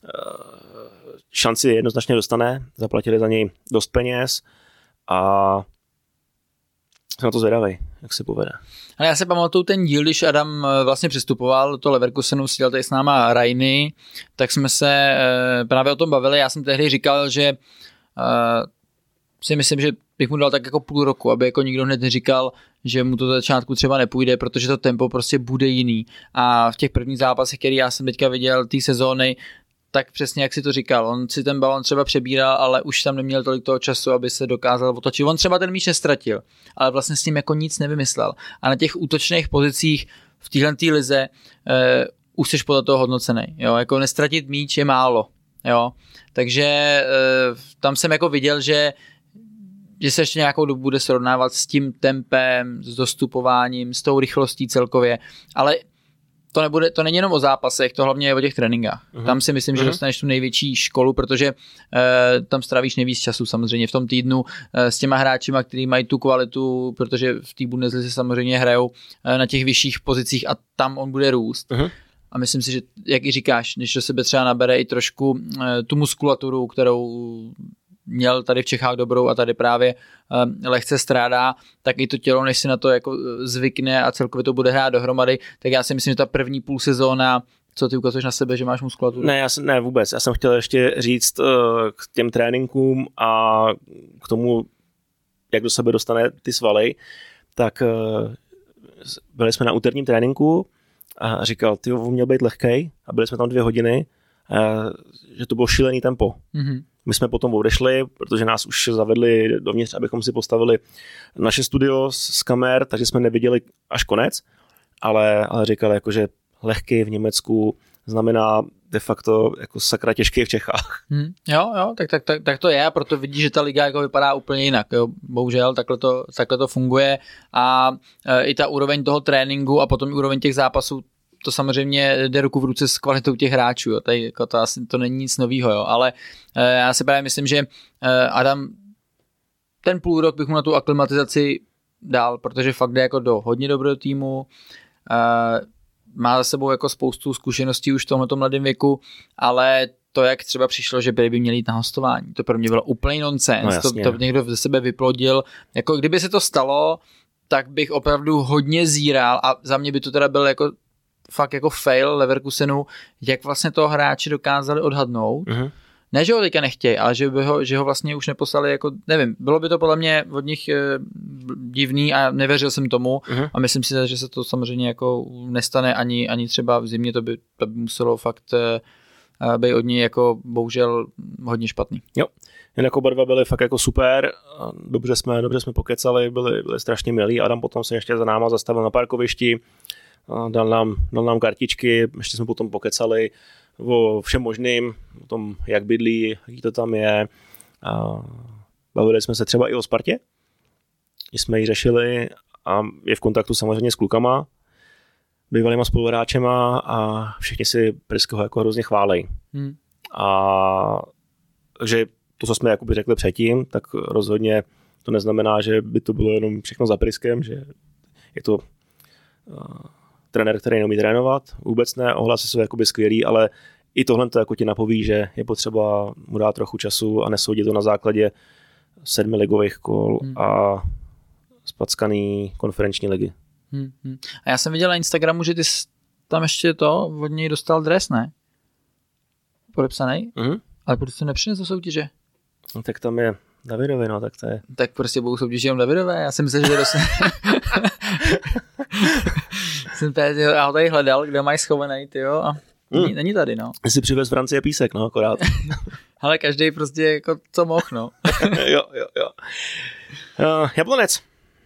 Speaker 1: Šanci jednoznačně dostane, zaplatili za něj dost peněz a jsem na to zvědavej, jak se povede.
Speaker 2: Ale já se pamatuju ten díl, když Adam vlastně přistupoval do toho Leverkusenu, seděl tady s náma Rajny, tak jsme se právě o tom bavili. Já jsem tehdy říkal, že si myslím, že bych mu dal tak jako půl roku, aby jako nikdo hned neříkal, že mu to začátku třeba nepůjde, protože to tempo prostě bude jiný. A v těch prvních zápasech, který já jsem teďka viděl té sezóny, tak přesně jak si to říkal, on si ten balon třeba přebíral, ale už tam neměl tolik toho času, aby se dokázal otočit. On třeba ten míč nestratil, ale vlastně s ním jako nic nevymyslel. A na těch útočných pozicích v téhle lize uh, už jsi podle toho hodnocený. Jo? Jako nestratit míč je málo. Jo? Takže uh, tam jsem jako viděl, že že se ještě nějakou dobu bude srovnávat s tím tempem, s dostupováním, s tou rychlostí celkově, ale to, nebude, to není jenom o zápasech, to hlavně je o těch tréninkách. Uh-huh. Tam si myslím, uh-huh. že dostaneš tu největší školu, protože e, tam strávíš nejvíc času samozřejmě v tom týdnu e, s těma hráčima, kteří mají tu kvalitu, protože v té Bundeslize samozřejmě hrajou e, na těch vyšších pozicích a tam on bude růst. Uh-huh. A myslím si, že jak i říkáš, když do sebe třeba nabere i trošku e, tu muskulaturu, kterou měl tady v Čechách dobrou a tady právě um, lehce strádá, tak i to tělo, než si na to jako zvykne a celkově to bude hrát dohromady, tak já si myslím, že ta první půl sezóna, co ty ukazuješ na sebe, že máš muskulaturu?
Speaker 1: Ne, já jsem, ne, vůbec. Já jsem chtěl ještě říct uh, k těm tréninkům a k tomu, jak do sebe dostane ty svaly, tak uh, byli jsme na úterním tréninku a říkal, ty on měl být lehkej a byli jsme tam dvě hodiny, uh, že to bylo šílený tempo. Mm-hmm. My jsme potom odešli, protože nás už zavedli dovnitř, abychom si postavili naše studio z kamer, takže jsme neviděli až konec, ale, ale říkal, jako, že lehký v Německu znamená de facto jako sakra těžký v Čechách.
Speaker 2: Hmm, jo, jo, tak, tak, tak, tak to je a proto vidíš, že ta liga jako vypadá úplně jinak. Jo. Bohužel takhle to, takhle to funguje a e, i ta úroveň toho tréninku a potom úroveň těch zápasů, to samozřejmě jde ruku v ruce s kvalitou těch hráčů. Jo. Tady, jako to, asi, to není nic novýho, jo. Ale e, já si právě myslím, že e, Adam ten půl rok bych mu na tu aklimatizaci dal, protože fakt jde jako do hodně dobrého týmu, e, má za sebou jako spoustu zkušeností už v tomto mladém věku, ale to, jak třeba přišlo, že by měli jít na hostování, to pro mě bylo úplný nonsens, no, to, to někdo ze sebe vyplodil, jako kdyby se to stalo, tak bych opravdu hodně zíral a za mě by to teda byl jako fakt jako fail Leverkusenu, jak vlastně toho hráči dokázali odhadnout. Uh-huh. Ne, že ho teďka nechtějí, ale že, by ho, že ho vlastně už neposlali, jako nevím, bylo by to podle mě od nich e, divný a nevěřil jsem tomu uh-huh. a myslím si, že se to samozřejmě jako nestane ani, ani třeba v zimě, to by, to by muselo fakt e, být od něj jako bohužel hodně špatný. Jo,
Speaker 1: jen jako oba dva byli fakt jako super, dobře jsme, dobře jsme pokecali, byli, byli strašně milí, Adam potom se ještě za náma zastavil na parkovišti, dal nám, dal nám kartičky, ještě jsme potom pokecali o všem možným, o tom, jak bydlí, jaký to tam je. A bavili jsme se třeba i o Spartě, když jsme ji řešili a je v kontaktu samozřejmě s klukama, bývalýma spoluhráčema a všichni si Pryského jako hrozně chválej. Hmm. A takže to, co jsme jakoby řekli předtím, tak rozhodně to neznamená, že by to bylo jenom všechno za Pryskem, že je to uh, trenér, který neumí trénovat, vůbec ne, ohlasy jsou jakoby skvělý, ale i tohle to jako ti napoví, že je potřeba mu dát trochu času a nesoudit to na základě sedmi ligových kol hmm. a spackaný konferenční ligy.
Speaker 2: Hmm, hmm. A já jsem viděl na Instagramu, že ty tam ještě to od něj dostal dres, ne? Podepsaný? Hmm. Ale proč to nepřines do soutěže?
Speaker 1: No, tak tam je Davidovi, no, tak to je.
Speaker 2: Tak prostě budou soutěžit jenom Davidové, já jsem myslel, že dost... jsem tady, já ho tady hledal, kde mají schovaný, tyjo, a není, hmm. není tady, no.
Speaker 1: Jsi přivez Francie písek, no, akorát.
Speaker 2: Ale každý prostě jako co mohl, no.
Speaker 1: jo, jo, jo. Uh, Jablonec.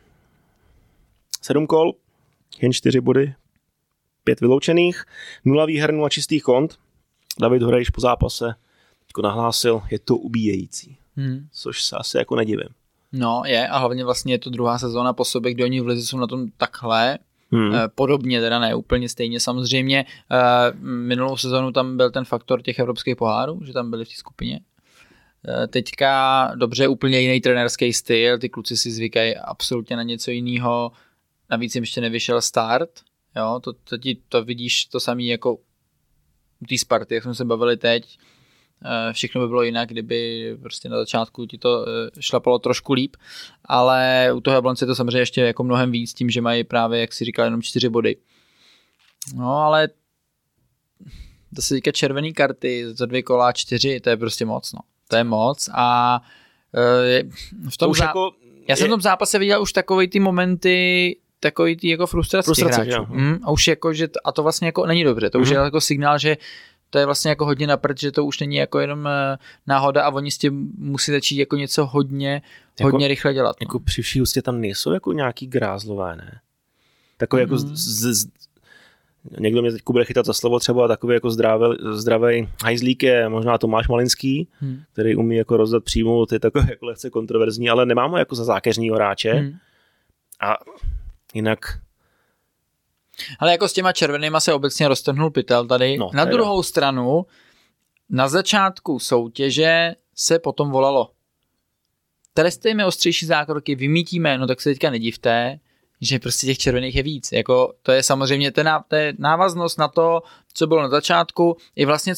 Speaker 1: Sedm kol, jen čtyři body, pět vyloučených, nula výher, nula čistých kont. David Horejš po zápase jako nahlásil, je to ubíjející. Hmm. Což se asi jako nedivím.
Speaker 2: No je a hlavně vlastně je to druhá sezóna po sobě, kdy oni v lize jsou na tom takhle. Hmm. E, podobně, teda ne úplně stejně samozřejmě. E, minulou sezónu tam byl ten faktor těch evropských pohárů, že tam byli v té skupině. E, teďka dobře, úplně jiný trenérský styl, ty kluci si zvykají absolutně na něco jiného. Navíc jim ještě nevyšel start. Jo, to, to, to, to vidíš to samé jako u té Sparty, jak jsme se bavili teď. Všechno by bylo jinak, kdyby prostě na začátku ti to šlapalo trošku líp, ale u toho Jablonce je to samozřejmě ještě jako mnohem víc tím, že mají právě, jak si říkal, jenom čtyři body. No ale to se týká červený karty za dvě kola čtyři, to je prostě moc, no. To je moc a v tom zá... jako já jsem v tom zápase viděl už takovej ty momenty, takový ty jako frustrace, frustrace těch hráčů. Mm, a už jako, že to, a to vlastně jako není dobře, to mm. už je jako signál, že to je vlastně jako hodně na prd, že to už není jako jenom náhoda a oni s tím musí začít jako něco hodně, jako, hodně rychle dělat. No.
Speaker 1: Jako při vší úctě tam nejsou jako nějaký grázlové, ne? Takový mm. jako z, z, z, někdo mě teď bude chytat za slovo třeba takový jako zdravý, zdravý hajzlík je možná Tomáš Malinský, mm. který umí jako rozdat přímo, ty takový jako lehce kontroverzní, ale nemám ho jako za zákeřního hráče. Mm. A jinak
Speaker 2: ale jako s těma červenýma se obecně roztrhnul pytel tady. No, na druhou jo. stranu, na začátku soutěže se potom volalo. Trestejme ostřejší zákroky, vymítíme, no tak se teďka nedivte, že prostě těch červených je víc. Jako, to je samozřejmě ten, to je návaznost na to, co bylo na začátku, i vlastně co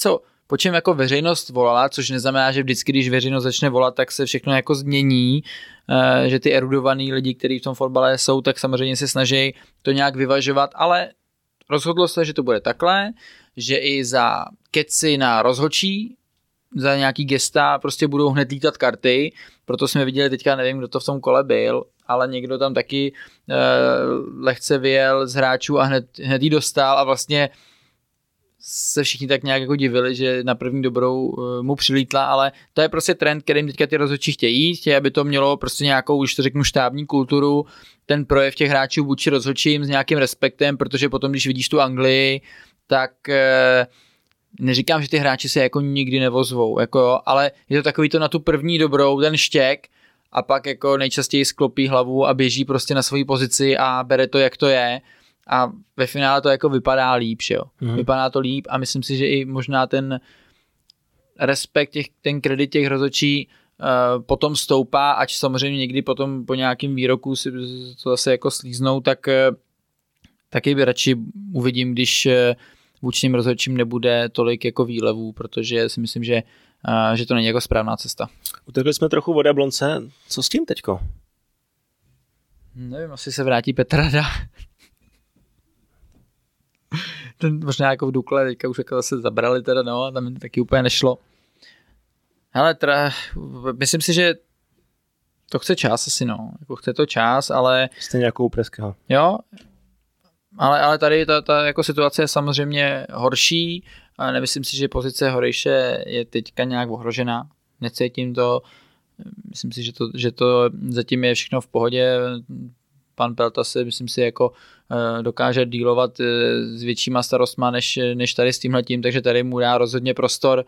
Speaker 2: po čem jako veřejnost volala, což neznamená, že vždycky, když veřejnost začne volat, tak se všechno jako změní, že ty erudovaný lidi, kteří v tom fotbale jsou, tak samozřejmě se snaží to nějak vyvažovat, ale rozhodlo se, že to bude takhle, že i za keci na rozhodčí, za nějaký gesta prostě budou hned lítat karty, proto jsme viděli teďka, nevím, kdo to v tom kole byl, ale někdo tam taky eh, lehce vyjel z hráčů a hned, hned jí dostal a vlastně se všichni tak nějak jako divili, že na první dobrou eh, mu přilítla, ale to je prostě trend, kterým teďka ty rozhodčí chtějí, chtějí, aby to mělo prostě nějakou, už to řeknu, štábní kulturu, ten projev těch hráčů vůči rozhodčím s nějakým respektem, protože potom, když vidíš tu Anglii, tak eh, neříkám, že ty hráči se jako nikdy nevozvou, jako, ale je to takový to na tu první dobrou, ten štěk a pak jako nejčastěji sklopí hlavu a běží prostě na svoji pozici a bere to, jak to je a ve finále to jako vypadá líp, jo. Mm. Vypadá to líp a myslím si, že i možná ten respekt, těch, ten kredit těch rozhodčí uh, potom stoupá, ač samozřejmě někdy potom po nějakým výroku si to zase jako slíznou, tak uh, taky by radši uvidím, když uh, vůči těm rozhodčím nebude tolik jako výlevů, protože si myslím, že, uh, že to není jako správná cesta.
Speaker 1: Utekli jsme trochu od Jablonce, co s tím teďko?
Speaker 2: Nevím, asi se vrátí Petrada. Ten možná jako v Dukle, teďka už jako zase zabrali teda, no, a tam taky úplně nešlo. Hele, teda, myslím si, že to chce čas asi, no, jako chce to čas, ale...
Speaker 1: Stejně jako u Preského.
Speaker 2: Jo, ale, ale tady ta, ta jako situace je samozřejmě horší a nemyslím si, že pozice Horejše je teďka nějak ohrožená. Necítím to, myslím si, že to, že to zatím je všechno v pohodě. Pan Pelta se, myslím si, jako dokáže dílovat s většíma starostma, než, než tady s tímhletím, takže tady mu dá rozhodně prostor.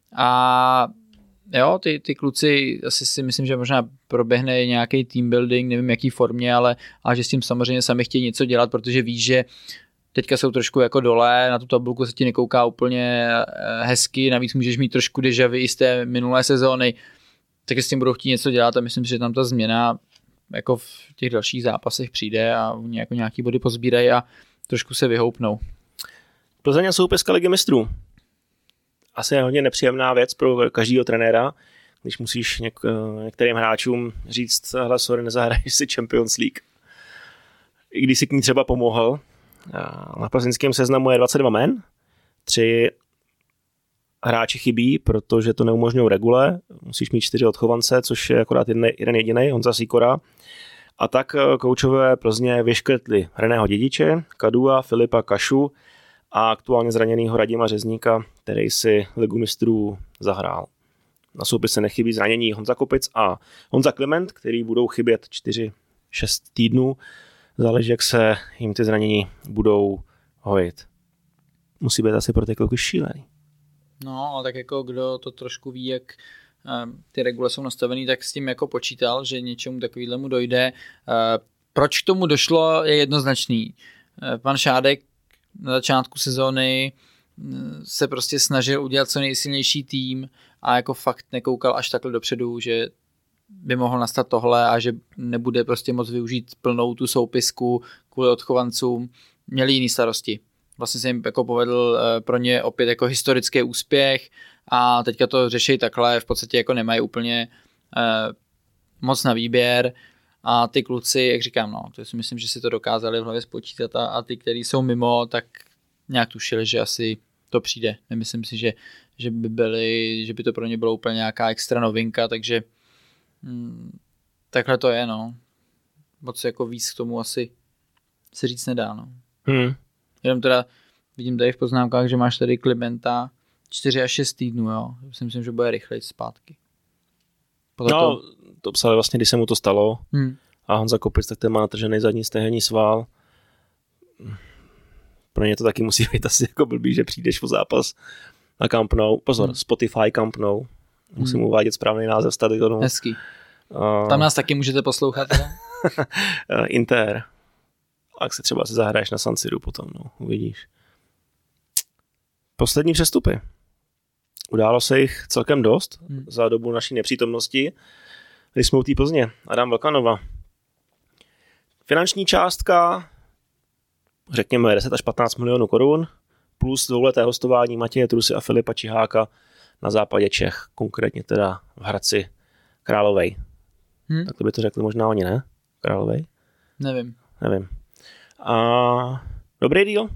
Speaker 2: A jo, ty, ty kluci, asi si myslím, že možná proběhne nějaký team building, nevím jaký formě, ale, ale že s tím samozřejmě sami chtějí něco dělat, protože víš, že teďka jsou trošku jako dole, na tu tabulku se ti nekouká úplně hezky, navíc můžeš mít trošku déjà vu i z té minulé sezóny, tak s tím budou chtít něco dělat a myslím si, že tam ta změna jako v těch dalších zápasech přijde a oni jako nějaký body pozbírají a trošku se vyhoupnou.
Speaker 1: Plzeň a soupeřka Ligy mistrů. Asi je hodně nepříjemná věc pro každého trenéra, když musíš něk- některým hráčům říct, hele, sorry, nezahraješ si Champions League. I když si k ní třeba pomohl. Na plzeňském seznamu je dvacet dva men, tři hráči chybí, protože to neumožňují regule, musíš mít čtyři odchovance, což je akorát jeden, jeden jediný, Honza Sýkora. A tak koučové Plzně vyškrtli Reného Dědiče, Kadua, Filipa Kašu a aktuálně zraněnýho Radima Řezníka, který si Ligu mistrů zahrál. Na soupise nechybí zranění Honza Kopic a Honza Kliment, který budou chybět čtyři šest týdnů. Záleží, jak se jim ty zranění budou hojit. Musí být asi pro ty kluky šílený.
Speaker 2: No, ale tak jako kdo to trošku ví, jak ty regule jsou nastavený, tak s tím jako počítal, že něčemu takovýhlemu dojde. Proč k tomu došlo, je jednoznačný. Pan Šádek na začátku sezóny se prostě snažil udělat co nejsilnější tým a jako fakt nekoukal až takhle dopředu, že by mohlo nastat tohle a že nebude prostě moc využít plnou tu soupisku kvůli odchovancům. Měli jiný starosti. Vlastně se jim jako povedl pro ně opět jako historický úspěch a teďka to řeší takhle, v podstatě jako nemají úplně eh, moc na výběr a ty kluci, jak říkám, no, to si myslím, že si to dokázali v hlavě spočítat a, a ty, kteří jsou mimo, tak nějak tušili, že asi to přijde. Nemyslím si, že, že by byli, že by to pro ně bylo úplně nějaká extra novinka, takže hm, takhle to je, no. Moc jako víc k tomu asi se říct nedá, no.
Speaker 1: Hmm.
Speaker 2: Jenom teda vidím tady v poznámkách, že máš tady Klimenta čtyři až šest týdnů, jo. Myslím, že bude rychleji zpátky.
Speaker 1: Podle no, to... to psali vlastně, když se mu to stalo. Hmm. A Honza Kopic, tak ten má natržený zadní stehenní sval. Pro ně to taky musí být asi jako blbý, že přijdeš o zápas na Camp Nou. Pozor, hmm. Spotify Camp Nou. Musím hmm. uvádět správný název stadionu.
Speaker 2: Hezký. Uh... Tam nás taky můžete poslouchat.
Speaker 1: Inter. A se třeba se zahraješ na San Siru potom, no, uvidíš. Poslední přestupy. Událo se jich celkem dost hmm. za dobu naší nepřítomnosti, když jsme u té Plzně. Adam Vlkanova. Finanční částka, řekněme deset až patnáct milionů korun, plus dvouleté hostování Matěje Trusy a Filipa Čiháka na západě Čech, konkrétně teda v Hradci Královej. Hmm. Tak to by to řekli možná oni, ne? Královej?
Speaker 2: Nevím.
Speaker 1: Nevím. A dobrý díl.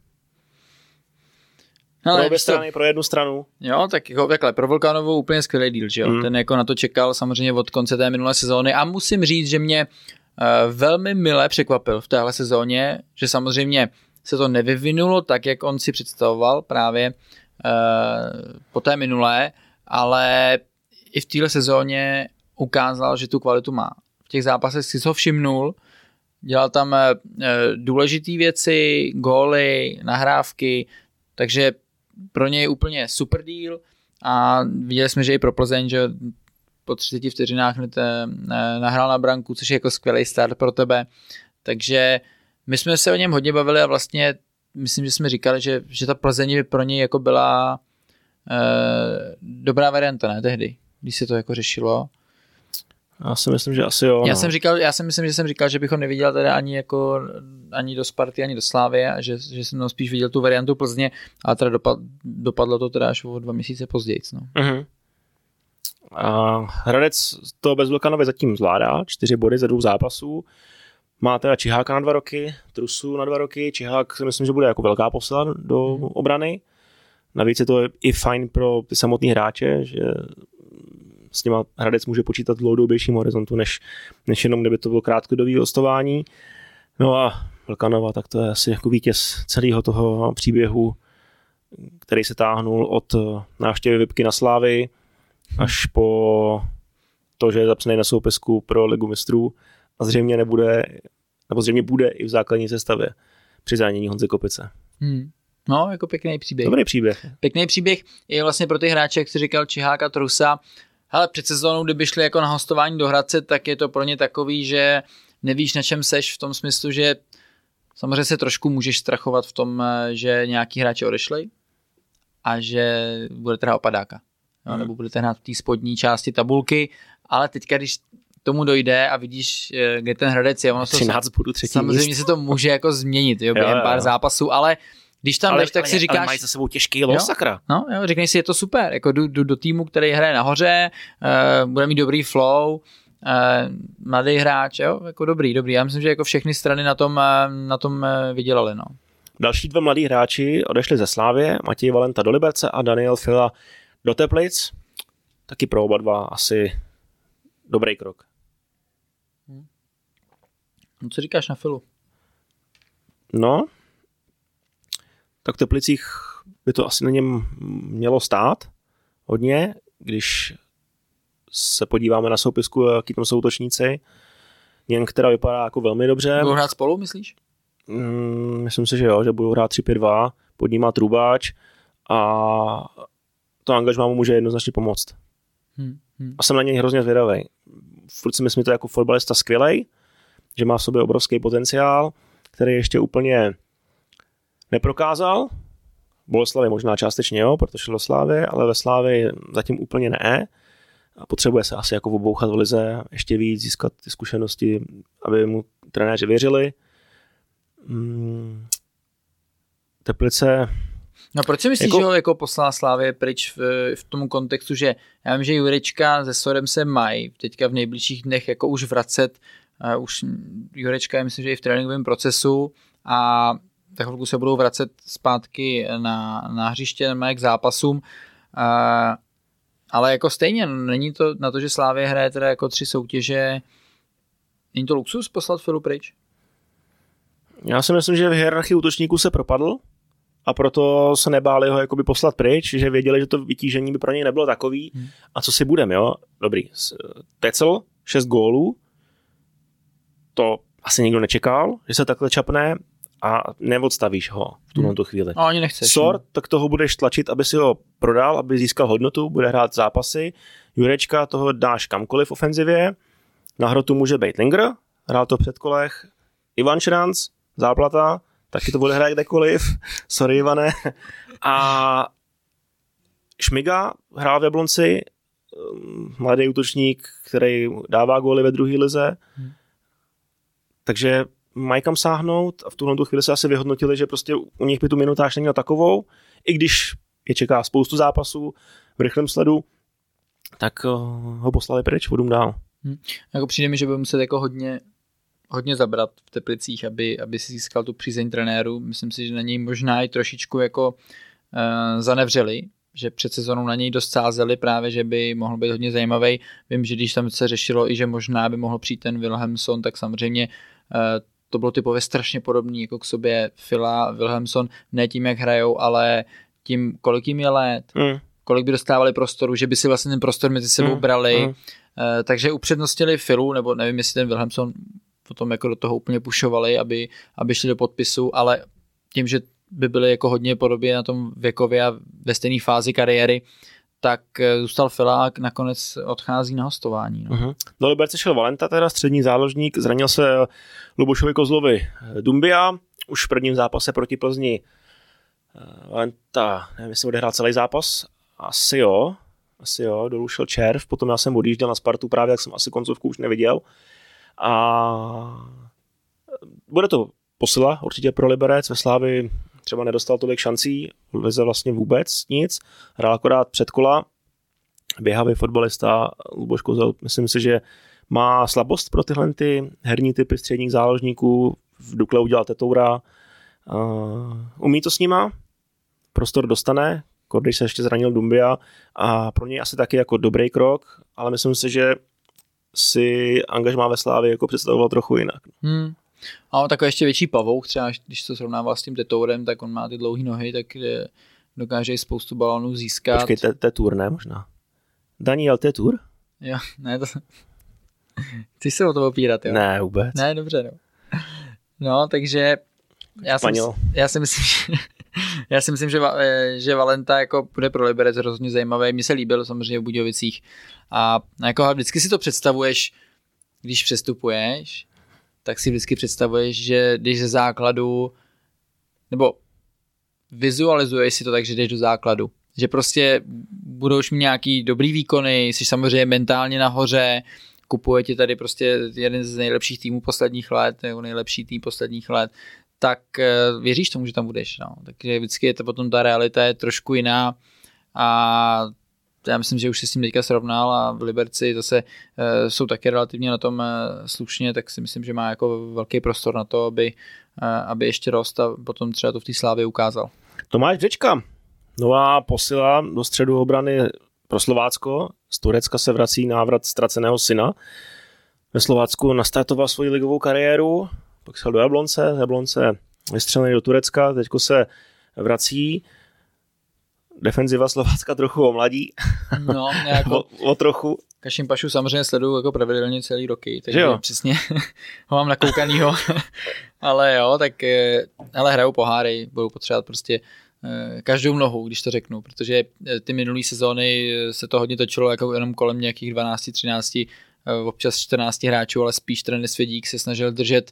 Speaker 2: Ale
Speaker 1: pro obě strany, pro jednu stranu.
Speaker 2: Jo, tak jako takhle, pro Vulkanovou úplně skvělý díl, že jo? Hmm. Ten jako na to čekal samozřejmě od konce té minulé sezóny a musím říct, že mě uh, velmi mile překvapil v téhle sezóně, že samozřejmě se to nevyvinulo tak, jak on si představoval právě uh, po té minulé, ale i v téhle sezóně ukázal, že tu kvalitu má. V těch zápasech si ho všimnul, dělal tam uh, důležité věci, góly, nahrávky, takže pro něj úplně super deal a viděli jsme, že i pro Plzeň, že po třiceti vteřinách nahrál na branku, což je jako skvělý start pro tebe. Takže my jsme se o něm hodně bavili a vlastně myslím, že jsme říkali, že, že ta Plzeň by pro něj jako byla eh, dobrá varianta, ne tehdy, když se to jako řešilo.
Speaker 1: Já si myslím, že asi jo.
Speaker 2: Já
Speaker 1: no.
Speaker 2: jsem říkal, já si myslím, že jsem říkal, že bych ho neviděl teda ani jako ani do Sparty, ani do Slávie a že, že jsem spíš viděl tu variantu Plzně, ale teda dopad, dopadlo to teda až o dva měsíce později. No.
Speaker 1: Uh-huh. A Hradec to bez Vulkanovy zatím zvládá, čtyři body ze dvou zápasů. Má teda Čiháka na dva roky, Trusu na dva roky. Čihák si myslím, že bude jako velká posila do uh-huh. obrany. Navíc je to i fajn pro ty samotný hráče, že s nima Hradec může počítat v dlouhodobějším horizontu, než, než jenom kdyby to bylo krátkodobý hostování. No a Vulkanova, tak to je asi jako vítěz celého toho příběhu, který se táhnul od návštěvy Vipky na Slávy až po to, že je zapsaný na soupisku pro Ligu mistrů a zřejmě nebude, nebo zřejmě bude i v základní sestavě při zranění Honzy Kopice.
Speaker 2: Hmm. No, jako pěkný příběh.
Speaker 1: Dobrý příběh.
Speaker 2: Pěkný příběh je vlastně pro ty hráče, jak jsi říkal, Čiháka, Trusa. Hele, před sezónou, kdyby šli jako na hostování do Hradce, tak je to pro ně takový, že nevíš, na čem seš, v tom smyslu, že samozřejmě se trošku můžeš strachovat v tom, že nějaký hráči odešli a že budete hrát opadáka. No, hmm. Nebo budete hrát v té spodní části tabulky, ale teďka, když tomu dojde a vidíš, kde ten Hradec je, ono
Speaker 1: třináct bodů, třetí
Speaker 2: samozřejmě
Speaker 1: míst.
Speaker 2: Se to může jako změnit jo, během
Speaker 1: jo, jo.
Speaker 2: pár zápasů, ale když tam
Speaker 1: ale,
Speaker 2: jdeš, tak
Speaker 1: ale,
Speaker 2: si říkáš...
Speaker 1: Ale mají za sebou těžký los, sakra.
Speaker 2: No, jo, řekneš si, je to super, jako jdu, jdu do týmu, který hraje nahoře, uh, bude mít dobrý flow, uh, mladý hráč, jo, jako dobrý, dobrý. Já myslím, že jako všechny strany na tom, uh, na tom uh, vydělali, no.
Speaker 1: Další dva mladí hráči odešli ze Slávie, Matěj Valenta do Liberce a Daniel Fila do Teplic. Taky pro oba dva asi dobrý krok.
Speaker 2: No, co říkáš na Filu?
Speaker 1: No, tak v Teplicích by to asi na něm mělo stát hodně, když se podíváme na soupisku, jaký tam jsou útočníci. Něm, která vypadá jako velmi dobře.
Speaker 2: Budou hrát spolu, myslíš?
Speaker 1: Mm, myslím si, že jo, že budou hrát tři pět dva, pod ním má Trubáč a to angažmá mu může jednoznačně pomoct.
Speaker 2: Hmm, hmm.
Speaker 1: A jsem na něj hrozně zvědavý. Furt si myslím, že to je jako fotbalista skvělej, že má v sobě obrovský potenciál, který ještě úplně neprokázal. V Boleslavi možná částečně jo, protože šel do Slávy, ale ve Slávy zatím úplně ne. A potřebuje se asi jako obouchat v lize, ještě víc získat ty zkušenosti, aby mu trenéři věřili. Hmm. Teplice...
Speaker 2: No proč si myslíš, jako... že ho jako poslal Slávě pryč v, v tom kontextu, že já vím, že Jurečka se Sorem se mají teďka v nejbližších dnech jako už vracet, uh, už Jurečka je myslím, že i v tréninkovém procesu a tak chvilku se budou vracet zpátky na, na hřiště, na k zápasům, uh, ale jako stejně, není to na to, že Slávě hraje teda jako tři soutěže, není to luxus poslat Filu pryč?
Speaker 1: Já si myslím, že v hierarchii útočníků se propadl a proto se nebáli ho jakoby poslat pryč, že věděli, že to vytížení by pro něj nebylo takový. Hmm. A co si budem, jo? Dobrý. Tecel, šest gólů, to asi nikdo nečekal, že se takhle čapne a neodstavíš ho v tuhle hmm. chvíli.
Speaker 2: No, ani nechceš.
Speaker 1: Sort, tak toho budeš tlačit, aby si ho prodal, aby získal hodnotu, bude hrát zápasy. Jurečka, toho dáš kamkoliv v ofenzivě. Na hrotu může být Linger, hrál to v předkolech. Ivan Šranc, záplata, taky to bude hrát kdekoliv. Sorry, Ivane. A Šmiga hrál v Jablonci, mladý útočník, který dává góly ve druhé lize. Hmm. Takže mají kam sáhnout a v tuhle chvíli se asi vyhodnotili, že prostě u nich by tu minutáž neměl takovou, i když je čeká spoustu zápasů v rychlém sledu, tak ho poslali pryč, vodům dál.
Speaker 2: Hmm. Jako přijde mi, že by muset jako hodně, hodně zabrat v Teplicích, aby, aby si získal tu přízeň trenéru. Myslím si, že na něj možná i trošičku jako uh, zanevřeli, že před sezónou na něj dost sázeli právě, že by mohl být hodně zajímavý. Vím, že když tam se řešilo i, že možná by mohl přijít ten Wilhelmsson, tak samozřejmě uh, to bylo typově strašně podobný jako k sobě Fila, Wilhelmsson, ne tím, jak hrajou, ale tím, kolik jim je let, mm. kolik by dostávali prostoru, že by si vlastně ten prostor mezi sebou mm. brali. Mm. Uh, takže upřednostnili Filu, nebo nevím, jestli ten Wilhelmsson potom jako do toho úplně pušovali, aby, aby šli do podpisu, ale tím, že by byli jako hodně podobně na tom věkově a ve stejné fázi kariéry, tak zůstal Fila a nakonec odchází na hostování. No. Uh-huh.
Speaker 1: Do Liberce šel Valenta, teda střední záložník, zranil se Lubošovi Kozlovi Dumbia, už v prvním zápase proti Plzni Valenta, nevím, jestli odehrál celý zápas, asi jo, asi jo, dolů šel červ, potom já jsem odjížděl na Spartu právě, tak jsem asi koncovku už neviděl. A bude to posila určitě pro Liberec, ve Slávii třeba nedostal tolik šancí, leze vlastně vůbec nic, hrál akorát předkola, běhavý fotbalista Luboš Kozel, myslím si, že má slabost pro tyhle ty herní typy středních záložníků, v Dukle udělal Tetoura, umí to s nima, prostor dostane, když se ještě zranil Dumbia a pro něj asi taky jako dobrý krok, ale myslím si, že si angažmá ve Slávii jako představoval trochu jinak.
Speaker 2: Hmm. A on takový ještě větší pavouk, třeba když to srovnává s tím Tetourem, tak on má ty dlouhé nohy, tak dokáže i spoustu balonů získat.
Speaker 1: Počkej, Tetour, ne možná. Daniel Tetour?
Speaker 2: Jo, ne, to... Chceš se o to opírat, jo?
Speaker 1: Ne, vůbec.
Speaker 2: Ne, dobře, no. No, takže já, jsem, já si myslím, že, já si myslím, že, že Valenta jako bude pro Liberec hrozně zajímavý. Mně se líbil samozřejmě v Budějovicích. A jako vždycky si to představuješ, když přestupuješ, tak si vždycky představuješ, že jdeš ze základu, nebo vizualizuješ si to tak, že jdeš do základu. Že prostě budou už mít nějaký dobrý výkony, jsi samozřejmě mentálně nahoře, kupuje ti tady prostě jeden z nejlepších týmů posledních let, nebo nejlepší tým posledních let, tak věříš tomu, že tam budeš. No. Takže vždycky je to potom ta realita je trošku jiná a já myslím, že už se s tím teďka srovnal a v Liberci zase e, jsou taky relativně na tom e, slušně, tak si myslím, že má jako velký prostor na to, aby, e, aby ještě rost a potom třeba to v té Slávě ukázal.
Speaker 1: Tomáš Břečka, nová posila do středu obrany pro Slovácko. Z Turecka se vrací návrat ztraceného syna. Ve Slovácku nastartoval svoji ligovou kariéru, pak šel do Jablonce, Jablonce vystřelený do Turecka, teďko se vrací. Defenziva Slovácka trochu omladí.
Speaker 2: No, jako...
Speaker 1: o, o trochu.
Speaker 2: Kašimpašu samozřejmě sleduju jako pravidelně celý roky, takže jo. Přesně ho mám nakoukanýho. Ale jo, tak ale hrajou poháry, budou potřebovat prostě každou nohu, když to řeknu, protože ty minulý sezóny se to hodně točilo jako jenom kolem nějakých dvanáct třináct, občas čtrnáct hráčů, ale spíš trenér Svědík se snažil držet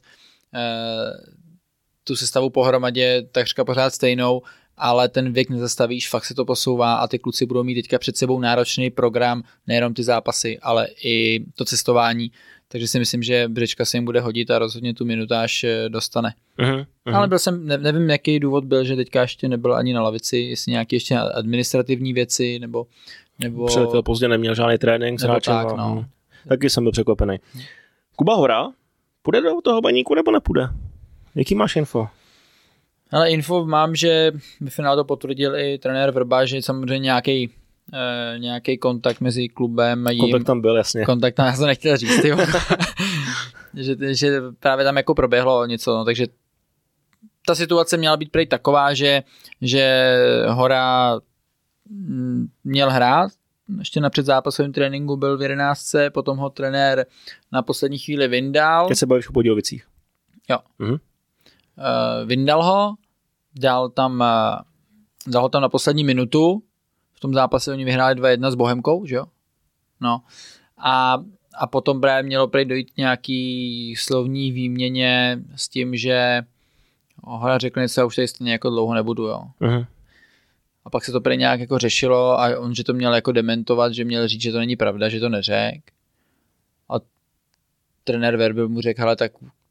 Speaker 2: tu sestavu pohromadě takřka pořád stejnou, ale ten věk nezastavíš, fakt se to posouvá a ty kluci budou mít teďka před sebou náročný program, nejenom ty zápasy, ale i to cestování, takže si myslím, že Břečka se jim bude hodit a rozhodně tu minutáž dostane. Uh-huh, uh-huh. Ale byl jsem, ne, nevím, jaký důvod byl, že teďka ještě nebyl ani na lavici, jestli nějaké ještě administrativní věci, nebo... nebo...
Speaker 1: Přiletěl pozdě, neměl žádný trénink s hráčem. Tak, no. Taky jsem byl překvapený. Kuba Hora, půjde do toho baníku nebo nepůjde? Jaký máš info?
Speaker 2: Ale info mám, že v finále to potvrdil i trenér Vrba, že samozřejmě nějaký eh, nějaký kontakt mezi klubem a jím.
Speaker 1: Kontakt tam byl, jasně.
Speaker 2: Kontakt tam, já jsem nechtěl říct, jo. že, že právě tam jako proběhlo něco, no, takže ta situace měla být prej taková, že, že Hora měl hrát, ještě na předzápasovém tréninku byl v jedenáctce, potom ho trenér na poslední chvíli vyndal.
Speaker 1: Keď se bavíš o Budějovicích.
Speaker 2: Jo. Mhm. Uh, vyndal ho, dal tam, uh, dal ho tam na poslední minutu, v tom zápase oni vyhráli dva jedna s Bohemkou, že jo? No. A, a potom právě mělo prej dojít nějaký slovní výměně s tím, že Hora řekl něco, já už tady stejně jako dlouho nebudu, jo. Uh-huh. A pak se to prej nějak jako řešilo a on, že to měl jako dementovat, že měl říct, že to není pravda, že to neřek. A trenér Verby mu řekl, hele, tak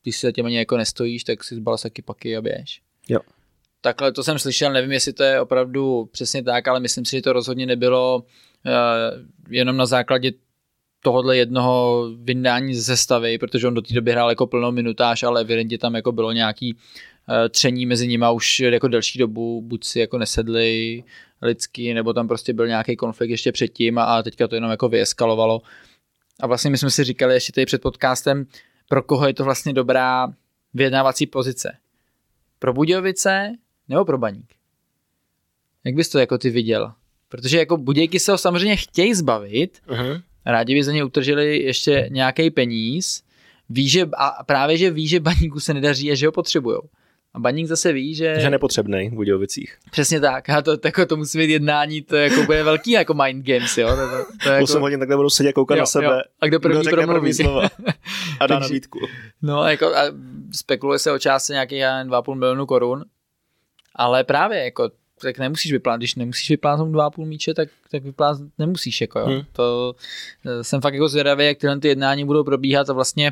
Speaker 2: když si za těm ani jako nestojíš, tak si zbal saky paky a běž.
Speaker 1: Jo.
Speaker 2: Takhle to jsem slyšel, nevím, jestli to je opravdu přesně tak, ale myslím si, že to rozhodně nebylo uh, jenom na základě tohohle jednoho vyndání ze sestavy, protože on do té doby hrál jako plnou minutáž, ale evidentně tam jako bylo nějaký uh, tření mezi nima už jako delší dobu, buď si jako nesedli lidsky, nebo tam prostě byl nějaký konflikt ještě předtím a, a teďka to jenom jako vyeskalovalo. A vlastně my jsme si říkali ještě tady před podcastem, pro koho je to vlastně dobrá vyjednávací pozice. Pro Budějovice nebo pro Baník? Jak bys to jako ty viděl? Protože jako Budějky se ho samozřejmě chtějí zbavit, uh-huh. rádi by za ně utržili ještě nějaký peníz, ví, že, a právě že ví, že Baníku se nedaří a že ho potřebujou. A Baník zase ví, že...
Speaker 1: Že nepotřebnej v Budějovicích.
Speaker 2: Přesně tak. A to, to, to musí být jednání, to jako bude velký jako mind games, jo. To, to, to jako...
Speaker 1: osm hodin takhle budou sedět koukat jo, na sebe. Jo.
Speaker 2: A kdo první
Speaker 1: kdo
Speaker 2: promluví.
Speaker 1: První slova. A dá nabídku.
Speaker 2: No jako a spekuluje se o částce nějakých dva a půl milionu korun, ale právě jako tak nemusíš vyplát, když nemusíš vyplátat dva a půl míče, tak, tak vyplátat nemusíš, jako jo. Hmm. To jsem fakt jako zvědavý, jak tyhle ty jednání budou probíhat a vlastně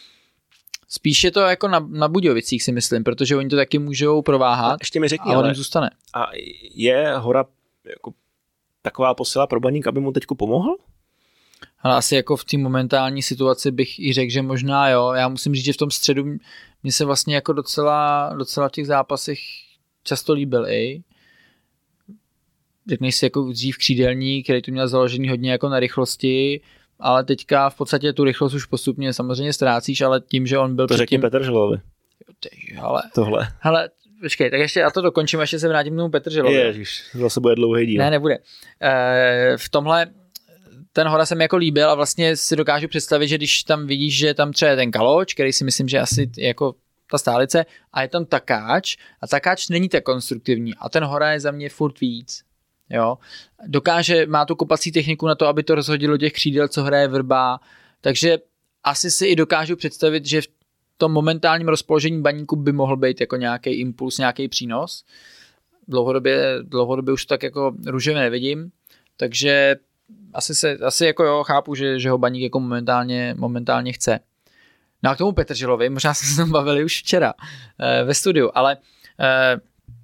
Speaker 2: spíš je to jako na, na Budějovicích, si myslím, protože oni to taky můžou prováhat. A
Speaker 1: ještě mi řekni,
Speaker 2: a on jim zůstane.
Speaker 1: A je Hora jako taková posila pro Baník, aby mu teďko pomohl?
Speaker 2: Ale asi jako v té momentální situaci bych i řekl, že možná jo. Já musím říct, že v tom středu mě se vlastně jako docela, docela v těch zápasech často líbil i. Řekneš si jako dřív křídelník, který tu měl založený hodně jako na rychlosti, ale teďka v podstatě tu rychlost už postupně samozřejmě ztrácíš, ale tím, že on byl
Speaker 1: to
Speaker 2: předtím...
Speaker 1: To řekni Petrželovi.
Speaker 2: Ale...
Speaker 1: Tohle.
Speaker 2: Hele, počkej, tak ještě já to dokončím, ještě se vrátím k tomu Petrželovi.
Speaker 1: Ježiš, zase bude dlouhý díl.
Speaker 2: Ne, nebude. E, v tomhle ten Hora se mi jako líbil a vlastně si dokážu představit, že když tam vidíš, že tam třeba je ten Kaloč, který si myslím, že asi jako ta stálice, a je tam Takáč a Takáč není tak konstruktivní a ten Hora je za mě furt víc. Jo. Dokáže, má tu kopací techniku na to, aby to rozhodilo těch křídel, co hraje Vrba, takže asi si i dokážu představit, že v tom momentálním rozpoložení Baníku by mohl být jako nějaký impuls, nějaký přínos. Dlouhodobě, dlouhodobě už tak jako růžově nevidím, takže asi, se, asi jako jo, chápu, že, že ho Baník jako momentálně, momentálně chce. No a k tomu Petrželovi, možná jsme se tam bavili už včera eh, ve studiu, ale eh,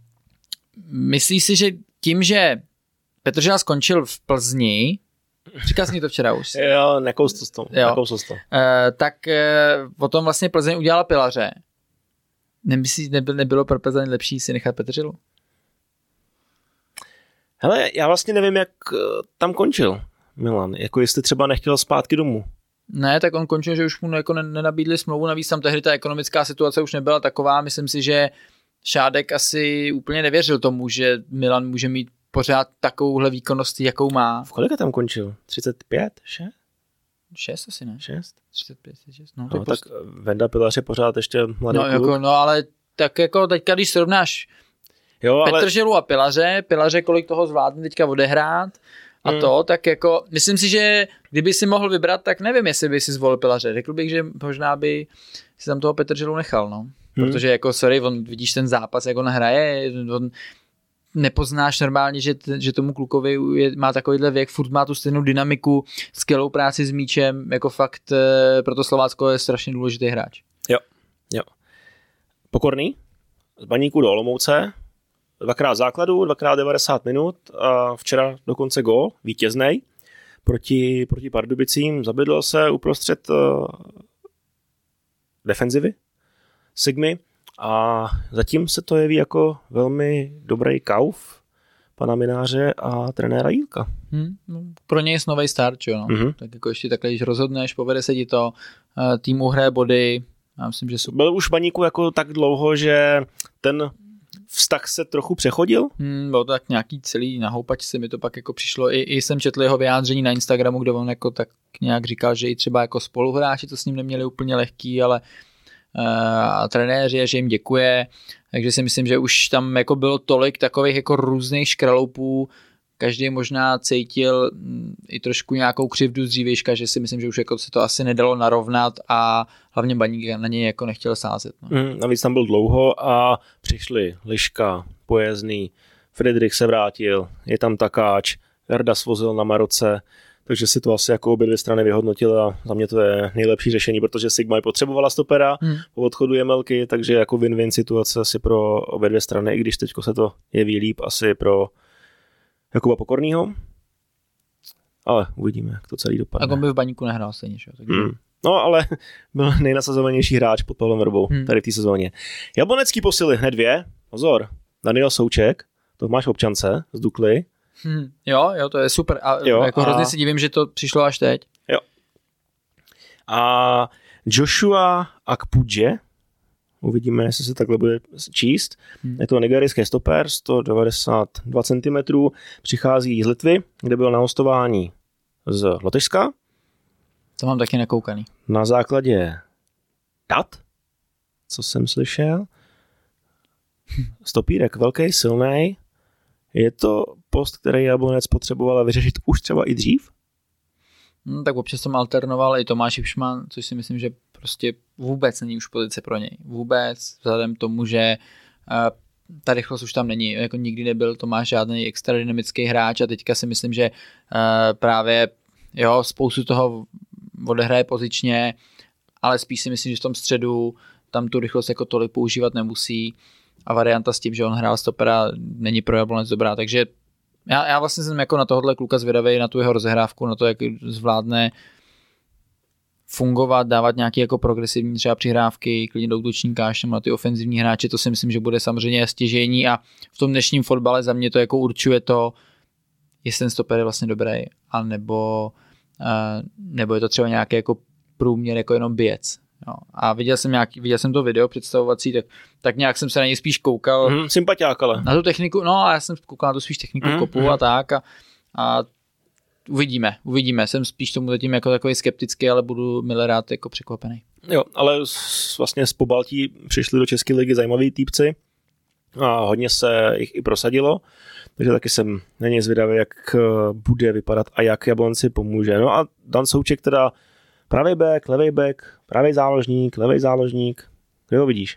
Speaker 2: myslíš si, že tím, že Petržela skončil v Plzni, říkal jsi mi to včera už.
Speaker 1: Jo, nekousl to. Nekousl to.
Speaker 2: E, tak e, potom vlastně Plzeň udělala pilaře. Nemyslíš, nebyl, nebylo pro Plzeň lepší si nechat Petrželu?
Speaker 1: Hele, já vlastně nevím, jak tam končil Milan. Jako jestli třeba nechtěl zpátky domů.
Speaker 2: Ne, tak on končil, že už mu jako nenabídli smlouvu, navíc tam tehdy ta ekonomická situace už nebyla taková. Myslím si, že Šádek asi úplně nevěřil tomu, že Milan může mít pořád takovouhle výkonnost, jakou má.
Speaker 1: V kolika tam končil? třicet pět? šest?
Speaker 2: šest asi ne.
Speaker 1: šest?
Speaker 2: třicet pět, třicet šest. No,
Speaker 1: no tak post... Venda Pilař je pořád ještě mladý
Speaker 2: no,
Speaker 1: kluk.
Speaker 2: Jako, no ale tak jako teďka, když srovnáš jo, ale... Petrželu a Pilaře, Pilaře kolik toho zvládne teďka odehrát a hmm. to, tak jako myslím si, že kdyby si mohl vybrat, tak nevím, jestli by si zvolil Pilaře. Řekl bych, že možná by si tam toho Petrželu nechal, no. Hmm. Protože jako, sorry, on, vidíš ten zápas, jak on hraje, on nepoznáš normálně, že, že tomu klukovi je, má takovýhle věk, furt má tu stejnou dynamiku, skvělou práci s míčem, jako fakt pro to Slovácko je strašně důležitý hráč.
Speaker 1: Jo, jo. Pokorný, z Baníku do Olomouce, dvakrát základu, dvakrát devadesát minut a včera dokonce gól, vítěznej, proti, proti Pardubicím, zabydl se uprostřed uh, defenzivy Sigmy. A zatím se to jeví jako velmi dobrý kauf pana Mináře a trenéra Jílka.
Speaker 2: Hmm, no, pro něj je nový start, jo. No. Mm-hmm. Tak jako ještě takhle, když rozhodneš, povede se ti to, tým uhraje body, já myslím, že super.
Speaker 1: Byl už v Baníku jako tak dlouho, že ten vztah se trochu přechodil?
Speaker 2: Hmm, bylo to tak nějaký celý na houpačce, mi to pak jako přišlo, I, i jsem četl jeho vyjádření na Instagramu, kde on jako tak nějak říkal, že i třeba jako spoluhráči to s ním neměli úplně lehký, ale a trenéři, že jim děkuje, takže si myslím, že už tam jako bylo tolik takových jako různých škraloupů, každý možná cítil i trošku nějakou křivdu z dřívějška, že si myslím, že už jako se to asi nedalo narovnat a hlavně Baník na něj jako nechtěl sázet. No.
Speaker 1: Mm, navíc tam byl dlouho a přišli Liška, Pojezný, Friedrich se vrátil, je tam Takáč, Jarda svozil na Maroce, takže si to asi jako obě dvě strany vyhodnotily a za mě to je nejlepší řešení, protože Sigma potřebovala stopera hmm. po odchodu Jemelky, takže jako win-win situace asi pro obě dvě strany, i když teďko se to jeví líp asi pro Jakuba Pokornýho. Ale uvidíme, jak to celý dopadne.
Speaker 2: A on by v Baníku nehrál stejně, že? Takže...
Speaker 1: Hmm. No, ale byl nejnasazovanější hráč pod Pavlem Vrbou hmm. tady v té sezóně. Jablonecký posily, hned dvě. Pozor, Daniel Souček, to máš v občance z Dukly.
Speaker 2: Hmm. Jo, jo, to je super. A jo, jako a... hrozně si divím, že to přišlo až teď.
Speaker 1: Jo. A Joshua Akpudže, uvidíme, jestli se takhle bude číst. Hmm. Je to nigerijský stoper, sto devadesát dva centimetrů, přichází z Litvy, kde byl na hostování z Lotyšska.
Speaker 2: To mám taky nakoukaný.
Speaker 1: Na základě dat, co jsem slyšel. Stopírek velký, silný. Je to post, který Jablonec potřeboval vyřešit už třeba i dřív?
Speaker 2: No, tak občas jsem alternoval i Tomáš Ipšman, což si myslím, že prostě vůbec není už pozice pro něj. Vůbec, vzhledem k tomu, že uh, ta rychlost už tam není. Jako nikdy nebyl Tomáš žádný extra dynamický hráč a teďka si myslím, že uh, právě jo, spoustu toho odehraje pozičně, ale spíš si myslím, že v tom středu tam tu rychlost jako tolik používat nemusí a varianta s tím, že on hrál stopera, není pro Jablonec dobrá, takže já, já vlastně jsem jako na tohohle kluka zvědavý, na tu jeho rozehrávku, na to, jak zvládne fungovat, dávat nějaké jako progresivní třeba přihrávky, klidně do útočníka, až na ty ofenzivní hráče, to si myslím, že bude samozřejmě stěžejní a v tom dnešním fotbale za mě to jako určuje to, jestli ten stoper je vlastně dobrý, a nebo, uh, nebo je to třeba nějaký jako průměr, jako jenom bijec. Jo. A viděl jsem, nějaký, viděl jsem to video představovací, tak, tak nějak jsem se na něj spíš koukal.
Speaker 1: Mm, sympatiák, ale.
Speaker 2: Na tu techniku, no a já jsem koukal na tu spíš techniku mm, kopu mm. a tak a, a uvidíme, uvidíme. Jsem spíš tomu zatím jako takový skeptický, ale budu milé rád jako překvapený.
Speaker 1: Jo, ale vlastně z Pobaltí přišli do České ligy zajímaví týpci a hodně se jich i prosadilo, takže taky jsem na něj zvědavý, jak bude vypadat a jak Jablonci pomůže. No a Dan Souček teda pravý back, levý back, pravý záložník, levý záložník, kde ho vidíš?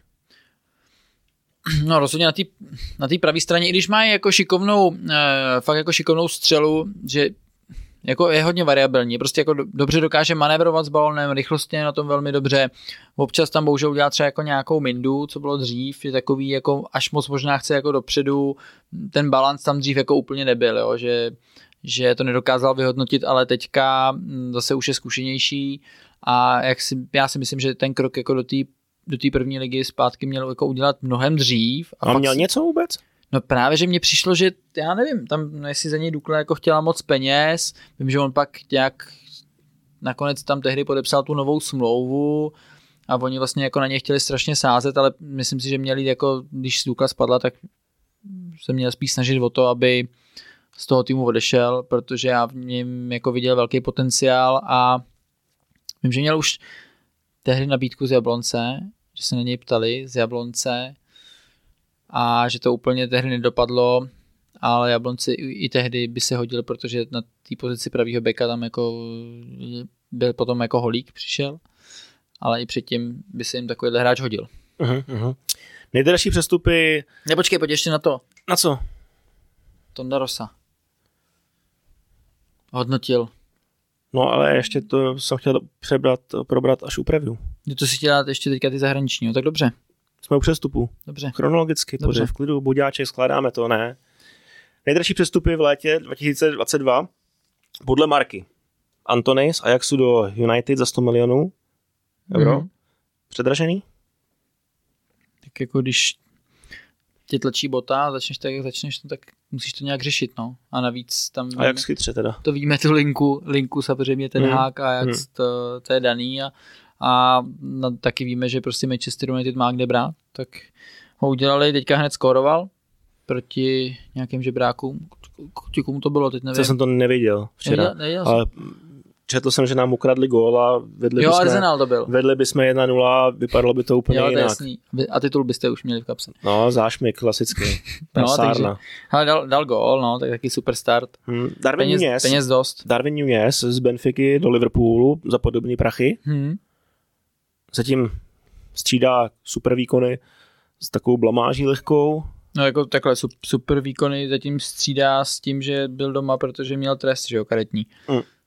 Speaker 2: No rozhodně na té na té pravé straně, i když má jako šikovnou, eh, fakt jako šikovnou střelu, že jako je hodně variabilní, prostě jako do, dobře dokáže manévrovat s balonem, rychlostně na tom velmi dobře, občas tam bohužel udělá třeba jako nějakou mindu, co bylo dřív, je takový jako až moc možná chce jako dopředu, ten balans tam dřív jako úplně nebyl, jo, že, že to nedokázal vyhodnotit, ale teďka zase už je zkušenější a jak si, já si myslím, že ten krok jako do té do té první ligy zpátky měl jako udělat mnohem dřív.
Speaker 1: A, a měl si... něco vůbec?
Speaker 2: No právě, že mně přišlo, že já nevím, tam jestli za něj Dukla jako chtěla moc peněz, vím, že on pak nějak nakonec tam tehdy podepsal tu novou smlouvu a oni vlastně jako na něj chtěli strašně sázet, ale myslím si, že měli jako, když Dukla spadla, tak se měl spíš snažit o to, aby z toho týmu odešel, protože já v něm jako viděl velký potenciál a vím, že měl už tehdy nabídku z Jablonce, že se na něj ptali z Jablonce a že to úplně tehdy nedopadlo, ale Jablonci i tehdy by se hodil, protože na té pozici pravýho beka tam jako byl potom jako Holík přišel, ale i předtím by se jim takovýhle hráč hodil.
Speaker 1: Uh-huh, uh-huh. Nejdražší přestupy...
Speaker 2: Nepočkej, pojď ještě na to.
Speaker 1: Na co?
Speaker 2: Tonda Rosa. Hodnotil.
Speaker 1: No ale ještě to jsem chtěl přebrat, probrat až u preview.
Speaker 2: To si chtěl dát ještě teďka ty zahraniční, no tak dobře.
Speaker 1: Jsme u přestupu.
Speaker 2: Dobře.
Speaker 1: Chronologicky, dobře. V klidu, boďáček, skládáme to, ne. Nejdražší přestupy v létě dva tisíce dvacet dva podle Marky. Antony z Ajaxu do United za sto milionů euro. Mm. Předražený?
Speaker 2: Tak jako když tě tlačí bota a začneš tak, jak začneš, no, tak musíš to nějak řešit, no. A navíc tam...
Speaker 1: A jak chytře teda?
Speaker 2: To víme tu linku, linku samozřejmě ten mm. hák a jak mm. to, to je daný a, a no, taky víme, že prostě Manchester United má kde brát, tak ho udělali, teďka hned skóroval proti nějakým žebrákům. K komu to bylo, teď nevím.
Speaker 1: Co jsem to neviděl včera,
Speaker 2: neviděl, neviděl
Speaker 1: ale četl jsem, že nám ukradli gól a vedli
Speaker 2: jo,
Speaker 1: bychom,
Speaker 2: Arsenal to byl.
Speaker 1: Vedli bychom jedna nula, vypadalo by to úplně
Speaker 2: jo,
Speaker 1: jinak.
Speaker 2: Jasný. A titul byste už měli v kapse.
Speaker 1: No, zášmik, klasický.
Speaker 2: No, takže, ale dal, dal gól, no, tak taky super start.
Speaker 1: Hmm. Darwin
Speaker 2: peněz,
Speaker 1: Núñez,
Speaker 2: peněz dost.
Speaker 1: Darwin Núñez z Benfiky do Liverpoolu za podobný prachy.
Speaker 2: Hmm.
Speaker 1: Zatím střídá super výkony s takovou blamáží lehkou.
Speaker 2: No jako takhle super výkony zatím střídá s tím, že byl doma, protože měl trest, že jo, karetní.
Speaker 1: Hmm.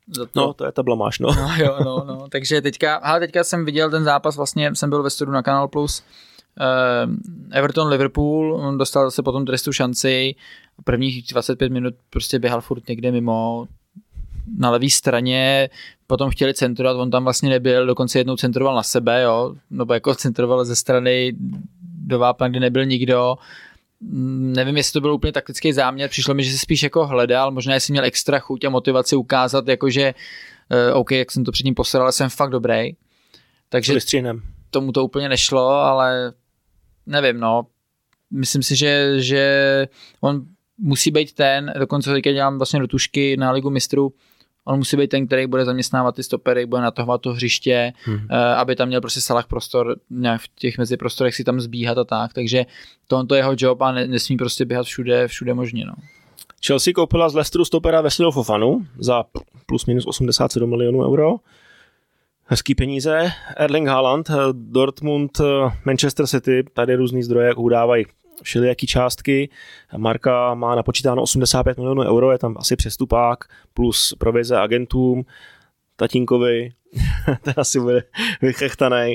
Speaker 2: za to.
Speaker 1: No, to je ta blamáž, no.
Speaker 2: No, jo, no, no. Takže teďka, ale teďka jsem viděl ten zápas, vlastně jsem byl ve studiu na Kanal Plus, uh, Everton Liverpool, on dostal se potom trestu šanci, prvních dvacet pět minut prostě běhal furt někde mimo, na levé straně, potom chtěli centrovat, on tam vlastně nebyl, dokonce jednou centroval na sebe, jo, nebo jako centroval ze strany do vápna, kde nebyl nikdo. Nevím, jestli to byl úplně taktický záměr, přišlo mi, že se spíš jako hledal, možná jestli měl extra chuť a motivaci ukázat, jakože uh, OK, jak jsem to předtím posral, ale jsem fakt dobrý. Takže tomu to úplně nešlo, ale nevím, no. Myslím si, že, že on musí být ten, dokonce teďka dělám vlastně do tušky na Ligu mistrů, on musí být ten, který bude zaměstnávat ty stopery, bude natahovat to hřiště, hmm. uh, aby tam měl prostě Salah prostor, nějak v těch meziprostorech si tam zbíhat a tak, takže to je jeho job a ne, nesmí prostě běhat všude, všude možně, no.
Speaker 1: Chelsea koupila z Leicesteru stopera Wesleyho Fofanu za plus minus osmdesát sedm milionů euro. Hezký peníze. Erling Haaland, Dortmund, Manchester City, tady různý zdroje udávají všelijaký částky. Marka má napočítáno osmdesát pět milionů euro, je tam asi přestupák, plus provize agentům, tatínkovi, ten asi bude vychechtanej.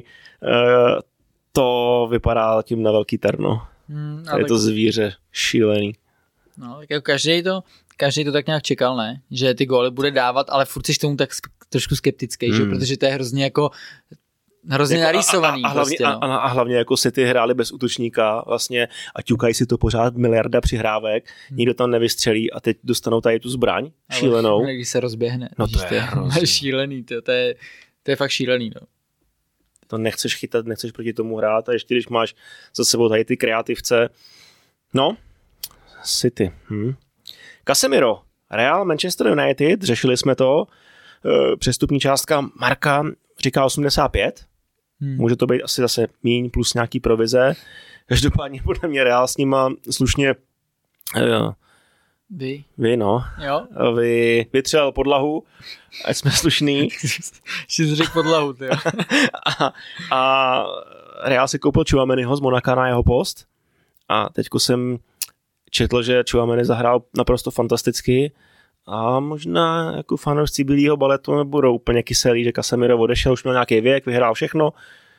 Speaker 1: To vypadá tím na velký terno. Hmm, je to zvíře šílený.
Speaker 2: No, tak jako každý to, každý to tak nějak čekal, ne? Že ty góly bude dávat, ale furt jsi k tomu tak trošku skeptický, hmm. že? Protože to je hrozně jako hrozně jako narýsovaný.
Speaker 1: A, a, a, hlavně,
Speaker 2: prostě, no.
Speaker 1: a, a hlavně jako City hráli bez útočníka vlastně a ťukají si to pořád miliarda přihrávek, hmm. nikdo tam nevystřelí a teď dostanou tady tu zbraň šílenou.
Speaker 2: Ale když se rozběhne.
Speaker 1: No to je,
Speaker 2: to je šílený, to, to, je, to je fakt šílený, no.
Speaker 1: To nechceš chytat, nechceš proti tomu hrát a ještě když máš za sebou tady ty kreativce. No, City. Hm. Casemiro, Real, Manchester United, řešili jsme to. E, přestupní částka Marka říká osmdesát pět. Hmm. Může to být asi zase míň plus nějaký provize. Každopádně podle mě Real s nima slušně e,
Speaker 2: Vy?
Speaker 1: Vy, no.
Speaker 2: Jo?
Speaker 1: Vy, vytřel podlahu, ať jsme slušný.
Speaker 2: Jsi řekl podlahu, ty.
Speaker 1: a, a Real si koupil Chouameniho z Monaka na jeho post a teďko jsem četl, že Chouameni zahrál naprosto fantasticky a možná jako fanoušci bílého baletu nebudou úplně kyselí, že Casemiro odešel, už měl nějaký věk, vyhrál všechno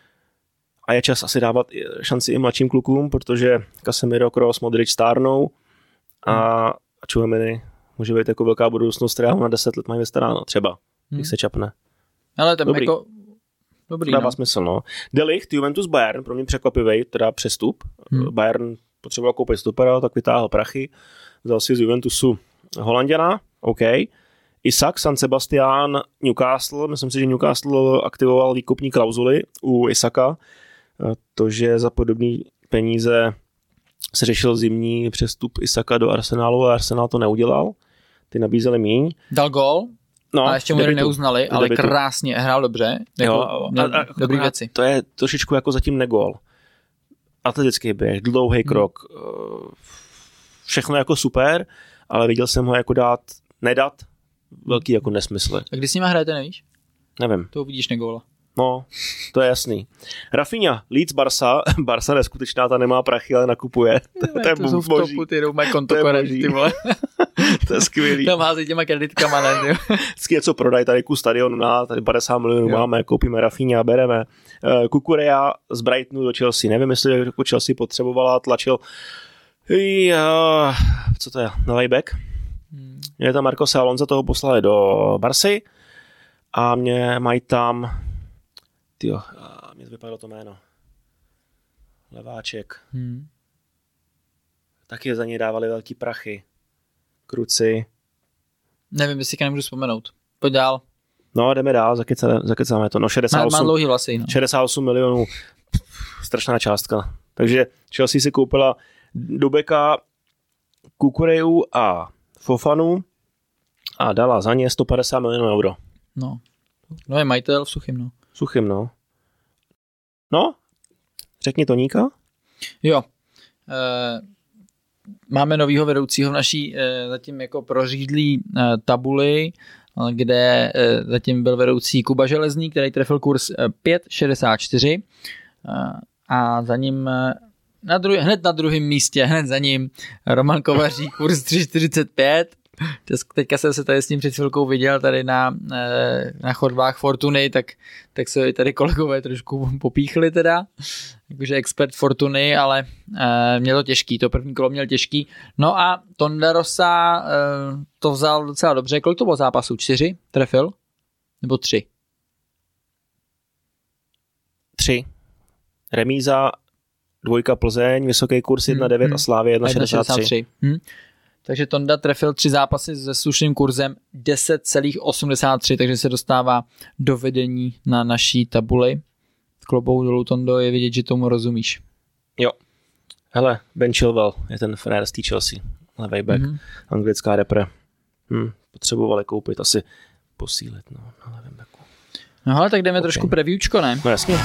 Speaker 1: a je čas asi dávat šanci i mladším klukům, protože Casemiro, Kroos, Modric stárnou a hmm. Chouameni může být jako velká budoucnost, která na deset let mají vystaráno, třeba, hmm. když se čapne.
Speaker 2: Ale tam
Speaker 1: dobrý.
Speaker 2: jako dobrý,
Speaker 1: dává
Speaker 2: no.
Speaker 1: smysl, no. De Ligt, Juventus Bayern, pro mě překvapivý, teda přestup. Hmm. Bayern potřeboval koupit stopera, tak vytáhl prachy, vzal si z Juventusu Holanděna, OK. Isak, San Sebastián, Newcastle, myslím si, že Newcastle aktivoval výkupní klauzuly u Isaka, to, že za podobné peníze se řešil zimní přestup Isaka do Arsenálu a Arsenal to neudělal. Ty nabízeli míň.
Speaker 2: Dal gól,
Speaker 1: no,
Speaker 2: a ještě mu neuznali, ale debitu. Krásně, hrál dobře. Jako, jo, a, a, dobrý věci.
Speaker 1: To je trošičku jako zatím negól. Atletický běh, dlouhý krok, hmm. všechno jako super, ale viděl jsem ho jako dát, nedat, velký jako nesmysl.
Speaker 2: A kdy s nima hrajete, nevíš?
Speaker 1: Nevím.
Speaker 2: To uvidíš nególa.
Speaker 1: No, to je jasný. Rafinha, Leeds, Barca, Barca neskutečná, ta nemá prachy, ale nakupuje. To, to, to je
Speaker 2: to jsou v topu, ty jdou mají konto korent, ty vole.
Speaker 1: To je skvělý.
Speaker 2: Tam hází těma kreditkama, ne?
Speaker 1: Vždycky něco prodaj, tady kus stadion, na tady padesát milionů jo. Máme, koupíme Rafinha, bereme. Kukurea z Brightonu do Chelsea, nevím, jestli jako Chelsea potřebovala, tlačil. Jo, co to je, na layback? Hmm. Je tam Marcos Alonso, toho poslali do Barcy a mě mají tam tyjo, mě to vypadlo to jméno. Leváček. Hmm. Taky za něj dávali velký prachy. Kruci.
Speaker 2: Nevím, jestli nemůžu vzpomenout. Pojď dál.
Speaker 1: No, jdeme dál, zakecáme, zakecáme to. No, šedesát osm,
Speaker 2: má, má dlouhý vlasy, no.
Speaker 1: šedesát osm milionů. Strašná částka. Takže Chelsea si koupila Dubeka, Kukureu a Fofanu a dala za ně sto padesát milionů euro.
Speaker 2: No. No je majitel v suchým, no.
Speaker 1: Suchým, no. No, řekni Toníka.
Speaker 2: Jo. E, máme novýho vedoucího v naší e, zatím jako prořídlý e, tabuli, kde e, zatím byl vedoucí Kuba Železný, který trefil kurz pět šedesát čtyři e, a za ním e, na druhý, hned na druhém místě, hned za ním Roman Kovařík, kurz tři čtyřicet pět. Teďka jsem se tady s ním před chvilkou viděl tady na, na chodbách Fortuny, tak, tak se tady kolegové trošku popíchli teda, jakože expert Fortuny, ale uh, měl to těžký, to první kolo měl těžký. No a Tonda Rosa uh, to vzal docela dobře. Kolik to bylo zápasů? Čtyři? Trefil? Nebo tři?
Speaker 1: Tři. Remíza, dvojka Plzeň, vysoký kurz jedna devět hmm, a Slávě jedna šedesát tři.
Speaker 2: Hmm. Takže Tonda trefil tři zápasy se slušným kurzem deset celá osmdesát tři, takže se dostává do vedení na naší tabuli. Klobouk dolů, Tondo, je vidět, že tomu rozumíš.
Speaker 1: Jo. Hele, Ben Chilwell je ten frér z té Chelsea. Levej back, mm-hmm. anglická repre. Hm, potřebovali koupit, asi posílit, no, na levém backu.
Speaker 2: No ale tak jdeme okay. trošku previewčko, ne?
Speaker 1: No jasně.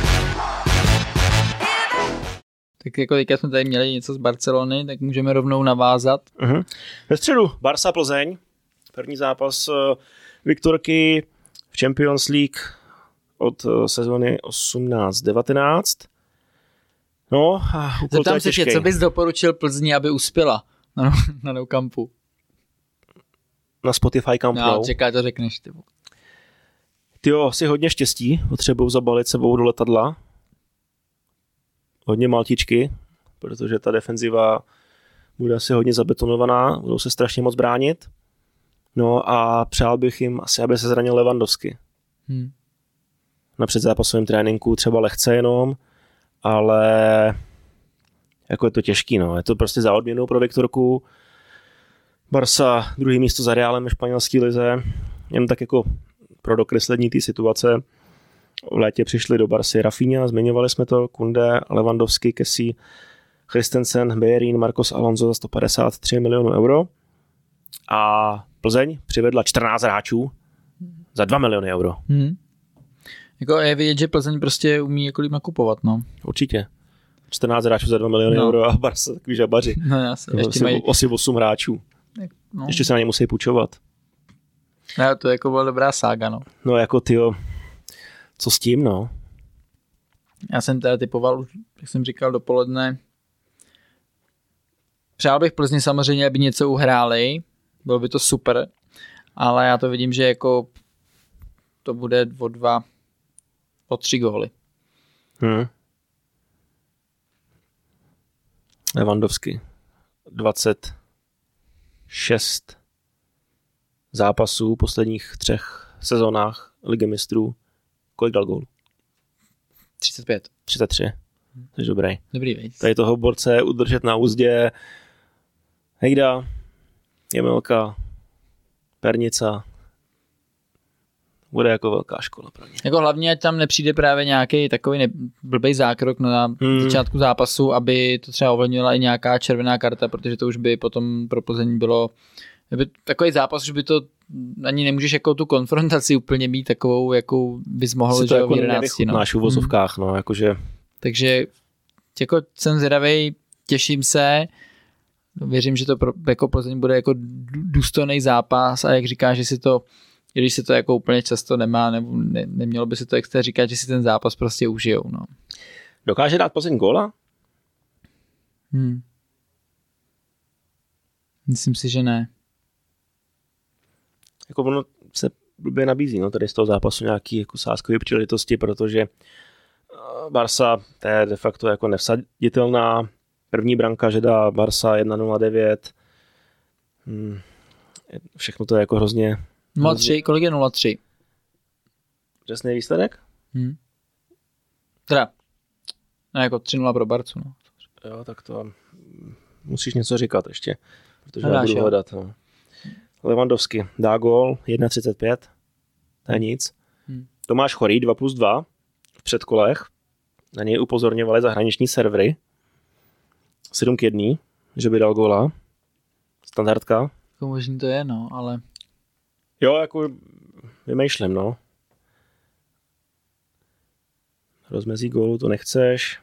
Speaker 2: Tak jako teďka jsme tady měli něco z Barcelony, tak můžeme rovnou navázat.
Speaker 1: Uh-huh. Ve středu Barsa Plzeň, první zápas uh, Viktorky v Champions League od uh, sezóny osmnáct devatenáct. No a úkol to je těžký.
Speaker 2: Zeptám se, co bys doporučil Plzni, aby uspěla na, na Nou Campu?
Speaker 1: Na Spotify Camp Nou.
Speaker 2: No, čeká, to řekneš. Ty.
Speaker 1: Tyjo, si hodně štěstí, potřebuju zabalit sebou do letadla. Hodně maltičky, protože ta defenziva bude asi hodně zabetonovaná, budou se strašně moc bránit. No a přál bych jim asi, aby se zranil Lewandowski. Hmm. Na předzápasovém tréninku třeba lehce jenom, ale jako je to těžký, no. Je to prostě za odměnou pro Viktorku. Barsa druhý místo za Realem ve španělské lize. Jen tak jako pro dokreslení té situace. V létě přišli do Barsy Rafinha, zmiňovali jsme to, Kunde, Lewandowski, Kessie, Christensen, Bellerín, Marcos Alonso za sto padesát tři milionů euro. A Plzeň přivedla čtrnáct hráčů za dva miliony euro.
Speaker 2: Hmm. Jako je vidět, že Plzeň prostě umí jako líp nakupovat, no.
Speaker 1: Určitě. čtrnáct hráčů za dva miliony no. euro a Barsa takový žabaři.
Speaker 2: No jasně.
Speaker 1: Ještě asi, mají... asi osm hráčů. No. Ještě se na ně musí půjčovat.
Speaker 2: No, to jako byla dobrá sága, no.
Speaker 1: No jako tyjo, co s tím, no?
Speaker 2: Já jsem teda typoval, jak jsem říkal, dopoledne. Přál bych Plzni samozřejmě, aby něco uhráli, bylo by to super, ale já to vidím, že jako to bude o dva, o tři góly.
Speaker 1: Hmm. Lewandowski. dvacet šest zápasů v posledních třech sezónách Ligy mistrů. Kolik dal gól?
Speaker 2: třicet pět.
Speaker 1: třicet tři. To je dobrý.
Speaker 2: Dobrý, veď.
Speaker 1: Tady toho borce udržet na úzdě. Hejda, Jemelka, Pernica. Bude jako velká škola pro ně.
Speaker 2: Jako hlavně, ať tam nepřijde právě nějaký takový ne- blbej zákrok na hmm. začátku zápasu, aby to třeba ovlivnila i nějaká červená karta, protože to už by potom pro Plzeň bylo takový zápas, že by to ani nemůžeš jako tu konfrontaci úplně mít takovou, jakou bys mohl, že
Speaker 1: jako
Speaker 2: v jedenácti.
Speaker 1: No. Náš uvozovkách, hmm. no, jakože. Takže
Speaker 2: jako jsem zvědavej, těším se, věřím, že to pro, jako Plzeň bude jako důstojný zápas a jak říkáš, že si to, i když se to jako úplně často nemá, nebo ne, nemělo by se to extra říkat, že si ten zápas prostě užijou, no.
Speaker 1: Dokáže dát Plzeň góla?
Speaker 2: Hmm. Myslím si, že ne.
Speaker 1: Jako ono se blbě nabízí, no, tady z toho zápasu nějaký jako sázkový příležitosti, protože Barsa, to je de facto jako nevsaditelná. První branka, že dá Barsa jedna nula devět. Hmm. Všechno to je jako hrozně...
Speaker 2: nula tři, kolik je nula tři?
Speaker 1: Přesný výsledek?
Speaker 2: Hmm. Teda, no jako tři nula pro Barcu, no.
Speaker 1: Jo, tak to musíš něco říkat ještě, protože já budu hledat, no. Lewandowski dá gól, jedna třicet pět, to je nic. Hmm. Tomáš Chorý, dva plus dva v předkolech, na něj upozorňovali zahraniční servery, sedm k jedné, že by dal góla, standardka.
Speaker 2: Jako možný to je, no, ale...
Speaker 1: Jo, jako vymýšlím, no. Rozmezí gólu to nechceš.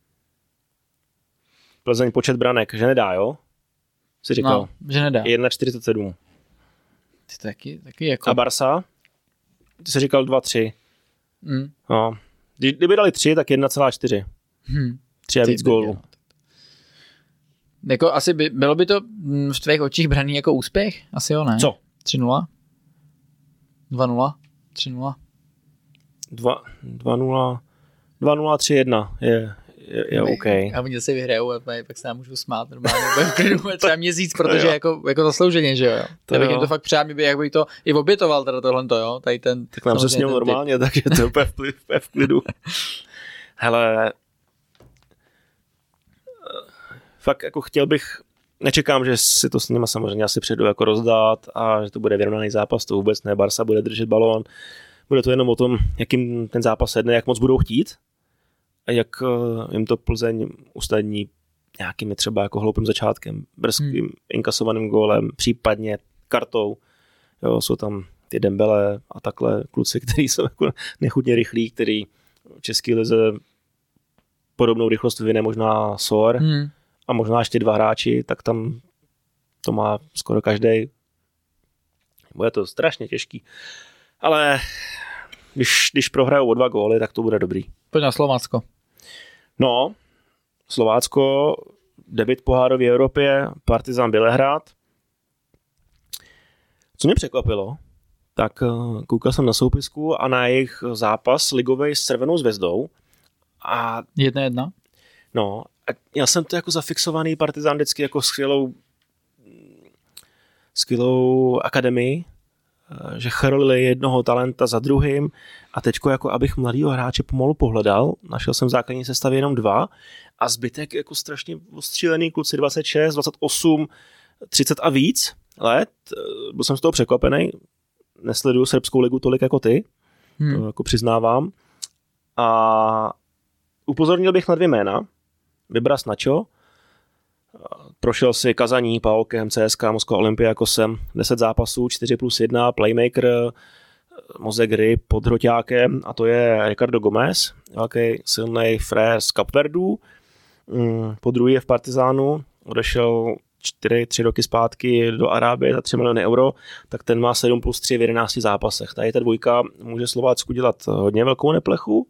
Speaker 1: Plzeň počet branek, že nedá, jo? Jsi říkal.
Speaker 2: No, že nedá.
Speaker 1: jedna čtyřicet sedm.
Speaker 2: Ty taky, taky jako...
Speaker 1: A Barsa? Ty jsi říkal dva tři.
Speaker 2: Mm.
Speaker 1: No. Kdyby dali tři, tak jedna celá čtyři.
Speaker 2: Hmm.
Speaker 1: tři a víc gólů.
Speaker 2: Jako asi by, bylo by to v tvých očích braný jako úspěch? Asi jo, ne?
Speaker 1: Co?
Speaker 2: tři nula? dva nula? tři nula?
Speaker 1: dva nula, dva nula, tři jedna je, je, je OK.
Speaker 2: A oni zase vyhrajou a pak se nám můžu smát normálně. Třeba měsíc, protože jako, jako zaslouženě, že jo. To já bych jim to fakt přál, jak bych to i obětoval teda tohle, jo. Tady ten,
Speaker 1: tak nám se s ním normálně, typ. Takže to je úplně v, v klidu. Hele, fakt jako chtěl bych, nečekám, že si to s nima samozřejmě asi předu jako rozdát a že to bude vyrovnaný zápas, to vůbec ne, Barsa bude držet balón, bude to jenom o tom, jak jim ten zápas sedne, jak moc budou chtít a jak jim to Plzeň usnadní nějakými třeba jako hloupým začátkem, brzkým hmm. inkasovaným gólem, případně kartou, jo, jsou tam ty Dembele a takhle kluci, kteří jsou jako nechutně rychlí, který v české lize podobnou rychlost vyvine možná Sor, hmm. a možná ještě dva hráči, tak tam to má skoro každý. Bude to strašně těžký. Ale když, když prohrajou o dva góly, tak to bude dobrý.
Speaker 2: Pojď na Slovácko.
Speaker 1: No, Slovácko, debut pohárový Evropě, Partizan Bělehrad. Co mě překvapilo, tak koukal jsem na soupisku a na jejich zápas ligovej s Červenou zvězdou. A
Speaker 2: jedna jedna?
Speaker 1: No, a já jsem to jako zafixovaný Partizán vždycky jako skvělou skvělou akademii, že chrlili jednoho talenta za druhým a teďko jako abych mladýho hráče pomalu pohledal, našel jsem v základní sestavě jenom dva a zbytek jako strašně ostřílený kluci dvacet šest, dvacet osm, třicet a víc let. Byl jsem z toho překvapený, nesleduju srbskou ligu tolik jako ty, hmm. to jako přiznávám. A upozornil bych na dvě jména. Vybras Nacho, prošel si Kazaní, Paokem, C S K, Moskva Olympiakosem, deset zápasů, čtyři plus jedna, playmaker, mozek ryb pod hroťákem a to je Ricardo Gomez, velký silný frér z Kapverdu, po druhý je v Partizánu, odešel čtyři, tři roky zpátky do Arábie za tři miliony euro, tak ten má sedm plus tři v jedenácti zápasech. Tady ta dvojka může Slovácku dělat hodně velkou neplechu.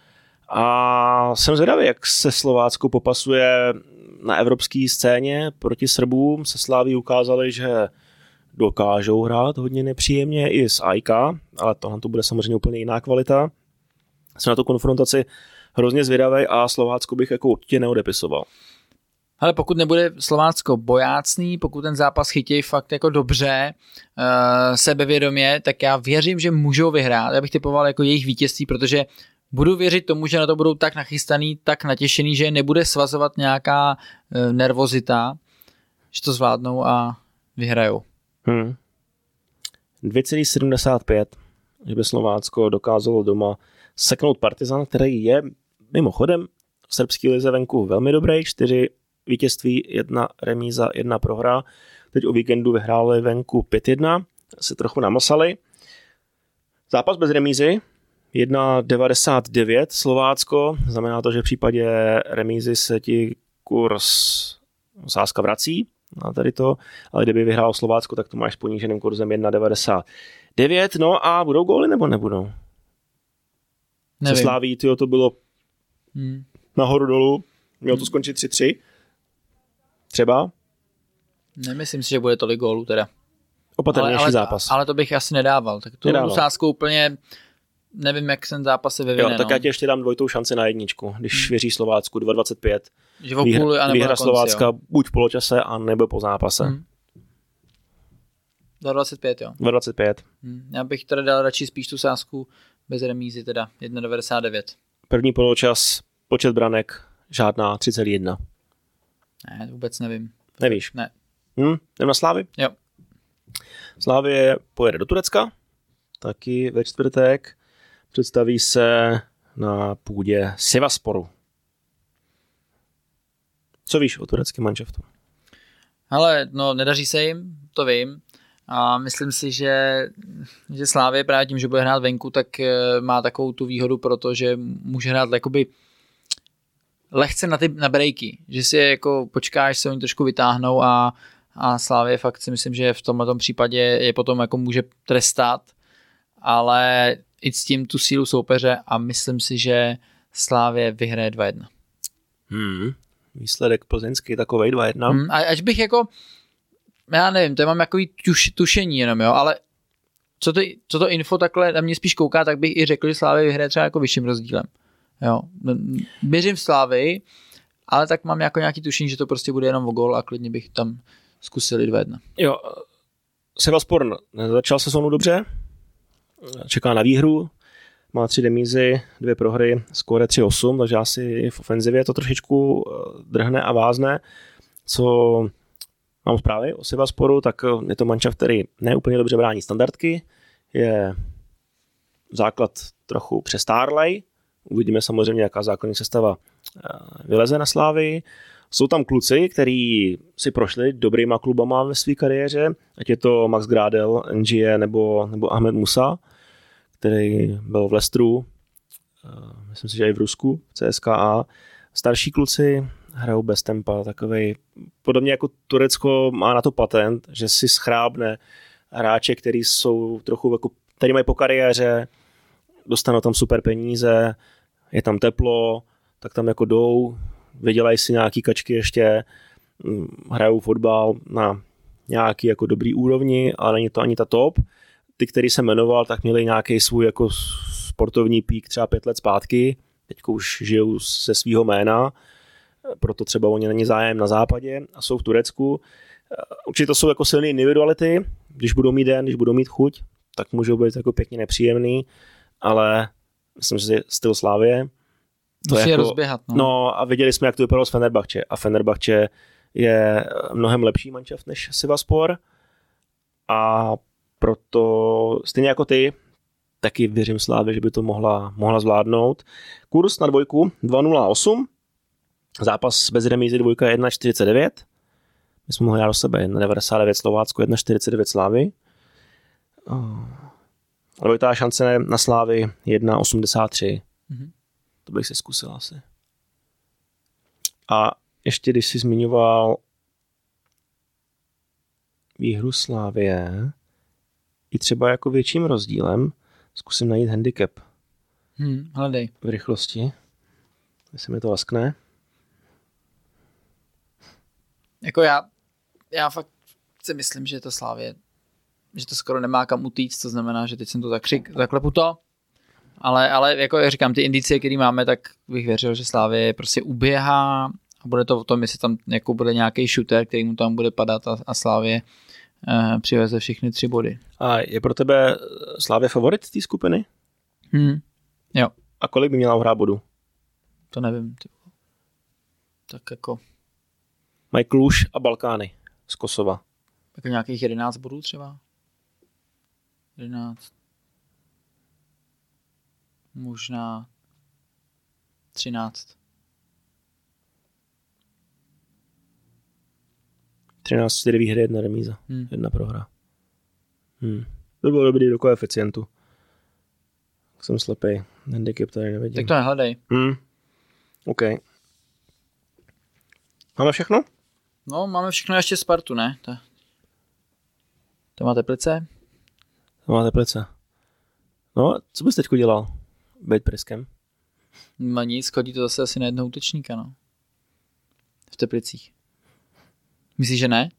Speaker 1: A jsem zvědavý, jak se Slovácko popasuje na evropské scéně proti Srbům. Se Sláví ukázali, že dokážou hrát hodně nepříjemně i s A I K, ale tohle to bude samozřejmě úplně jiná kvalita. Jsem na tu konfrontaci hrozně zvědavý a Slovácko bych jako určitě neodepisoval.
Speaker 2: Ale pokud nebude Slovácko bojácný, pokud ten zápas chytějí fakt jako dobře, uh, sebevědomě, tak já věřím, že můžou vyhrát. Já bych typoval jako jejich vítězství, protože budu věřit tomu, že na to budou tak nachystaný, tak natěšený, že nebude svazovat nějaká uh, nervozita, že to zvládnou a vyhrajou.
Speaker 1: Hmm. dvě celá sedmdesát pět, že by Slovácko dokázalo doma seknout Partizan, který je mimochodem v srbské lize venku velmi dobrý, čtyři vítězství, jedna remíza, jedna prohra. Teď o víkendu vyhráli venku pět jedna, se trochu namasali. Zápas bez remízy, jedna devadesát devět Slovácko, znamená to, že v případě remízy se ti kurz sázka vrací na tady to, ale kdyby vyhrálo Slovácko, tak to máš s poníženým kurzem jedna devadesát devět, no a budou góly nebo nebudou?
Speaker 2: Nevím.
Speaker 1: Se Sláví, tyjo, to bylo hmm. nahoru dolů, mělo to skončit tři tři. Třeba?
Speaker 2: Nemyslím si, že bude tolik gólů teda.
Speaker 1: Opatrnější
Speaker 2: ale, ale,
Speaker 1: zápas.
Speaker 2: Ale to bych asi nedával. Tak tu, tu sázku úplně nevím, jak ten zápas se vyvine.
Speaker 1: Jo, tak
Speaker 2: no.
Speaker 1: já ti ještě dám dvojitou šanci na jedničku, když hmm. věří Slovácku dva dvacet pět.
Speaker 2: Že v půli, anebo
Speaker 1: výhra
Speaker 2: na konci,
Speaker 1: Slovácka
Speaker 2: jo.
Speaker 1: buď v poločase, a nebo po zápase. Hmm.
Speaker 2: dva dvacet pět, jo.
Speaker 1: dva dvacet pět.
Speaker 2: Hmm. Já bych teda dal radši spíš tu sázku bez remízy, teda jedna devadesát devět.
Speaker 1: První poločas, počet branek, žádná tři celá jedna.
Speaker 2: Ne, vůbec nevím.
Speaker 1: Nevíš?
Speaker 2: Ne.
Speaker 1: Hm, jdem na Slávy?
Speaker 2: Jo.
Speaker 1: Slávy pojede do Turecka, taky ve čtvrtek. Představí se na půdě Sivasporu. Co víš o tureckém manšaftu?
Speaker 2: Ale no, nedaří se jim, to vím. A myslím si, že, že Slávě právě tím, že bude hrát venku, tak má takovou tu výhodu, protože může hrát jakoby lehce na ty na breaky, že si jako počkáš, se oni trošku vytáhnou a, a Slávě fakt si myslím, že v tomhle případě je potom jako může trestat, ale i s tím tu sílu soupeře a myslím si, že Slávě vyhraje dva jedna.
Speaker 1: Hmm. výsledek plzeňský takovej dva jedna.
Speaker 2: Hmm, a až bych jako, já nevím, to mám takový tuš, tušení jenom, jo, ale co to, co to info takhle na mě spíš kouká, tak bych i řekl, že Slavia vyhraje třeba jako vyšším rozdílem. Jo. Věřím v Slavii, ale tak mám jako nějaký tušení, že to prostě bude jenom o gól a klidně bych tam zkusil dva jedna.
Speaker 1: Jo, Sivasspor začal sezónu dobře, čeká na výhru, má tři remízy, dvě prohry, skóre tři osm, takže asi v ofenzivě to trošičku drhne a vázne. Co mám zprávy o Sivassporu, tak je to mančaft, který neúplně dobře brání standardky, je základ trochu přestárlej, uvidíme samozřejmě, jaká základní sestava vyleze na Slávii. Jsou tam kluci, kteří si prošli dobrýma klubama ve své kariéře, ať je to Max Gradel, N G A nebo, nebo Ahmed Musa, který byl v Leicesteru, myslím si, že i v Rusku, v C S K A. Starší kluci hrajou bez tempa, takovej, podobně jako Turecko má na to patent, že si schrábne hráče, který jsou trochu, jako, který mají po kariéře, dostanou tam super peníze, je tam teplo, tak tam jako jdou, vydělají si nějaký kačky ještě, hrajou fotbal na nějaký jako dobrý úrovni, ale není to ani ta top. Ty, který jsem jmenoval, tak měli nějaký svůj jako sportovní pík třeba pět let zpátky, teď už žijou se svýho jména, proto třeba oni není zájem na západě a jsou v Turecku. Určitě to jsou jako silné individuality, když budou mít den, když budou mít chuť, tak můžou být jako pěkně nepříjemný, ale myslím, že je styl Slávie.
Speaker 2: To
Speaker 1: je
Speaker 2: jako,
Speaker 1: rozběhat. No. no a viděli jsme, jak to vypadalo s Fenerbahce. A Fenerbahce je mnohem lepší mančaft než Sivasspor. A proto stejně jako ty, taky věřím Slávě, že by to mohla, mohla zvládnout. Kurz na dvojku dva nula osm. Zápas bez remízy dvojka jedna čtyřicet devět. My jsme mohli dát do sebe jedna devadesát devět Slovácko, jedna čtyřicet devět Slávy. A dvojitá šance na Slávy jedna osmdesát tři. Mm-hmm. To bych si zkusil asi. A ještě když jsi zmiňoval výhru Slávie i třeba jako větším rozdílem, zkusím najít handicap.
Speaker 2: Hmm, hledej.
Speaker 1: V rychlosti. Jestli mi to laskne.
Speaker 2: Jako já, já fakt si myslím, že to Slávie, že to skoro nemá kam utíct, to znamená, že teď jsem to tak křik, zaklepu to. Ale, ale jako jak říkám, ty indicie, které máme, tak bych věřil, že Slávie prostě uběhá a bude to o tom, jestli tam jako bude nějaký shooter, který mu tam bude padat a, a Slávie eh, přiveze všechny tři body.
Speaker 1: A je pro tebe Slávie favorit z té skupiny?
Speaker 2: Hmm. Jo.
Speaker 1: A kolik by měla hrát bodů?
Speaker 2: To nevím. Typu. Tak jako...
Speaker 1: Mají Kluž a Balkány z Kosova.
Speaker 2: Jako nějakých jedenáct bodů třeba? jedenáct. Možná třináct.
Speaker 1: třináct, čtyři výhry, jedna remíza.
Speaker 2: Hmm.
Speaker 1: Jedna prohra. Hmm. To bylo dobrý do koeficientu. Jsem slepej. Handicap tady nevidím.
Speaker 2: Tak to nehledej.
Speaker 1: Hmm. OK. Máme všechno?
Speaker 2: No, máme všechno, ještě Spartu, ne? To, to má Teplice?
Speaker 1: To má Teplice. No, co bys teďko dělal? Být pryskem?
Speaker 2: Má nic, chodí to zase asi na jednoho útočníka, no. V Teplicích. Myslíš, že ne?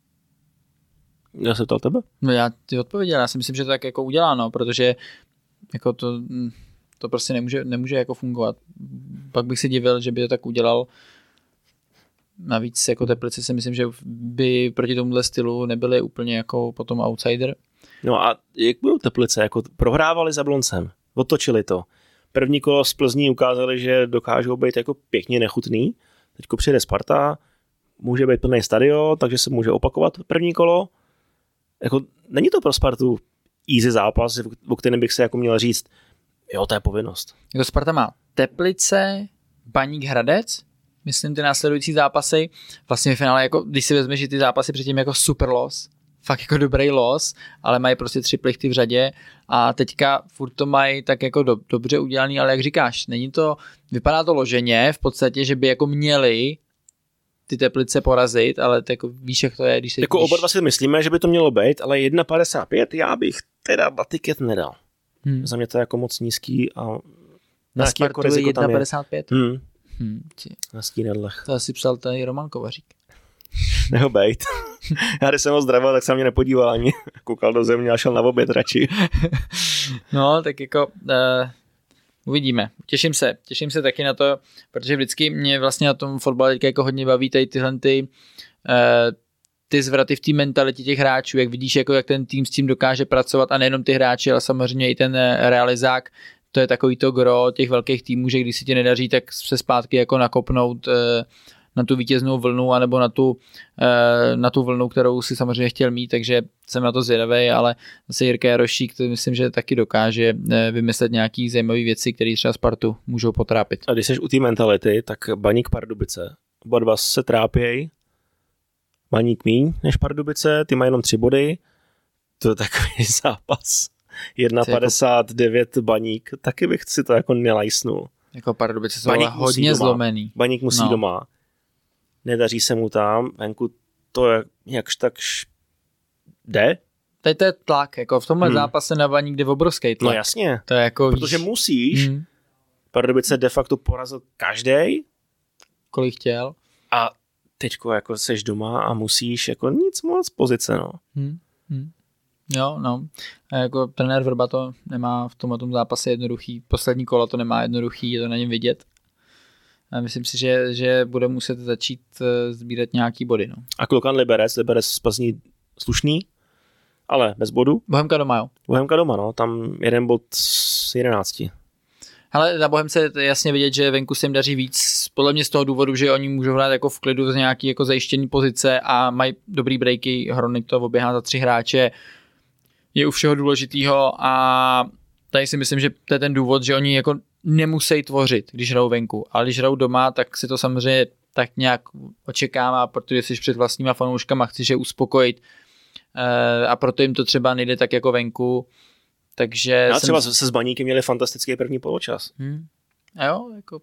Speaker 1: Já se ptal tebe?
Speaker 2: No já ty odpověděl, já si myslím, že to tak jako udělá, no, protože jako to, to prostě nemůže, nemůže jako fungovat. Pak bych si divil, že by to tak udělal. Navíc jako Teplice si myslím, že by proti tomuhle stylu nebyly úplně jako potom outsider.
Speaker 1: No a jak budou Teplice? Jako prohrávali za Jabloncem, otočili to. První kolo z Plzní ukázali, že dokážou být jako pěkně nechutný. Teďko přijde Sparta, může být plný stadion, takže se může opakovat první kolo. Jako, není to pro Spartu easy zápas, o kterém bych se jako měl říct, jo, to je povinnost.
Speaker 2: Jako Sparta má Teplice, Baník, Hradec, myslím ty následující zápasy. Vlastně v finále, jako, když si vezmeš, že ty zápasy předtím jako super los, fakt jako dobrý los, ale mají prostě tři plichty v řadě a teďka furt to mají tak jako do, dobře udělaný, ale jak říkáš, není to, vypadá to loženě v podstatě, že by jako měli ty Teplice porazit, ale to jako víš, jak to je, když se...
Speaker 1: Jako
Speaker 2: když...
Speaker 1: oba dva si myslíme, že by to mělo být, ale jedna padesát pět já bych teda na tiket nedal. Hmm. Za mě to je jako moc nízký a
Speaker 2: na Spartu jako je jedna padesát pět?
Speaker 1: Hmm.
Speaker 2: Hmm,
Speaker 1: na stínadlech.
Speaker 2: To asi psal tady Roman Kovařík.
Speaker 1: Neho bejt. Já když jsem ho zdravil, tak se mě nepodíval ani. Koukal do země a šel na oběd radši.
Speaker 2: No, tak jako uh, uvidíme. Těším se. Těším se taky na to, protože vždycky mě vlastně na tom fotbale teďka jako hodně baví tady tyhle ty, uh, ty zvraty v té mentalitě těch hráčů, jak vidíš, jako jak ten tým s tím dokáže pracovat a nejenom ty hráči, ale samozřejmě i ten realizák. To je takový to gro těch velkých týmů, že když se ti nedaří, tak se zpátky jako nakopnout uh, na tu vítěznou vlnu, anebo na tu, na tu vlnu, kterou si samozřejmě chtěl mít, takže jsem na to zvědavý, ale zase Jirka Jarošík, to myslím, že taky dokáže vymyslet nějaký zajímavé věci, které třeba Spartu můžou potrápit.
Speaker 1: A když jsi u té mentality, tak Baník Pardubice. Oba dva se trápějí. Baník míň než Pardubice, ty mají jenom tři body. To je takový zápas. jedna padesát devět jako... Baník, taky bych si to jako nelajsnul.
Speaker 2: Jako Pardubice jsou ale hodně zlomený.
Speaker 1: Baník musí
Speaker 2: no.
Speaker 1: doma. Nedaří se mu tam, venku to je jakž takž jde.
Speaker 2: Teď to je tlak, jako v tomhle hmm. zápase na Baník jde obrovský tlak.
Speaker 1: No jasně,
Speaker 2: to je jako,
Speaker 1: protože víš... musíš, hmm. Pardubice de facto porazil každej.
Speaker 2: Kolik chtěl.
Speaker 1: A teďko jako seš doma a musíš jako nic moc pozice, no.
Speaker 2: Hmm. Hmm. Jo, no. A jako trenér Vrba to nemá v tomhle tom zápase jednoduchý. Poslední kola to nemá jednoduchý, je to na něm vidět. A myslím si, že, že bude muset začít sbírat nějaký body. No.
Speaker 1: A Klokan Liberec, Liberec z Plzní slušný, ale bez bodu.
Speaker 2: Bohemka doma, jo.
Speaker 1: Bohemka doma, no, tam jeden bod z jedenácti.
Speaker 2: Hele, na Bohemce je jasně vidět, že venku se jim daří víc, podle mě z toho důvodu, že oni můžou hrát jako v klidu z nějaký jako zajištění pozice a mají dobrý breaky, Hronek to oběhá za tři hráče, je u všeho důležitýho a tady si myslím, že to je ten důvod, že oni jako nemusí tvořit, když hrajou venku, ale když hrajou doma, tak si to samozřejmě tak nějak očekává, protože jsi před vlastníma fanouškama, chceš je uspokojit a proto jim to třeba nejde tak jako venku. Takže
Speaker 1: já třeba
Speaker 2: jsem...
Speaker 1: se s Baníkem měli fantastický první poločas.
Speaker 2: Hmm. A jo, jako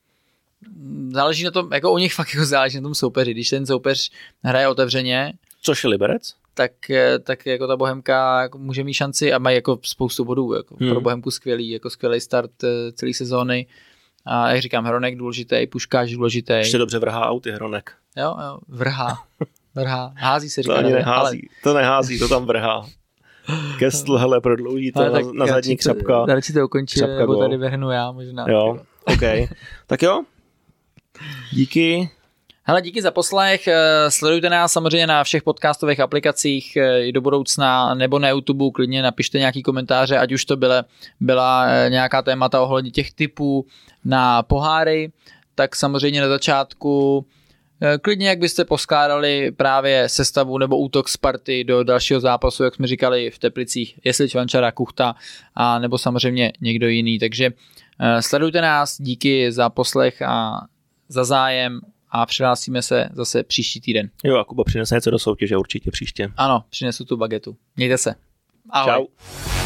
Speaker 2: záleží na tom, jako u nich fakt jako záleží na tom soupeři, když ten soupeř hraje otevřeně.
Speaker 1: Což je Liberec?
Speaker 2: Tak, tak jako ta Bohemka jako může mít šanci a mají jako spoustu bodů, jako hmm. pro Bohemku skvělý, jako skvělý start celé sezóny. A jak říkám, Hronek důležitý, Puškáš důležitý.
Speaker 1: Ještě dobře vrhá auty Hronek.
Speaker 2: Jo, jo, vrhá. Vrhá. Hází se říká.
Speaker 1: To ani nehází, ale... to nehází, to tam vrhá. Kestl, hele, prodlouží to na, na zadní křapka.
Speaker 2: Radši to ukončí, nebo tady vrhnu já možná.
Speaker 1: Jo, ok. Tak jo, díky.
Speaker 2: Hele, díky za poslech, sledujte nás samozřejmě na všech podcastových aplikacích i do budoucna, nebo na YouTube, klidně napište nějaký komentáře, ať už to byla, byla nějaká témata ohledně těch typů na poháry, tak samozřejmě na začátku klidně, jak byste poskládali právě sestavu nebo útok Sparty do dalšího zápasu, jak jsme říkali v Teplicích, jestli Čvančara, Kuchta, a nebo samozřejmě někdo jiný. Takže sledujte nás, díky za poslech a za zájem a přihlásíme se zase příští týden.
Speaker 1: Jo, a Kuba přinese něco do soutěže určitě příště.
Speaker 2: Ano, přinesu tu bagetu. Mějte se. Ahoj.
Speaker 1: Čau.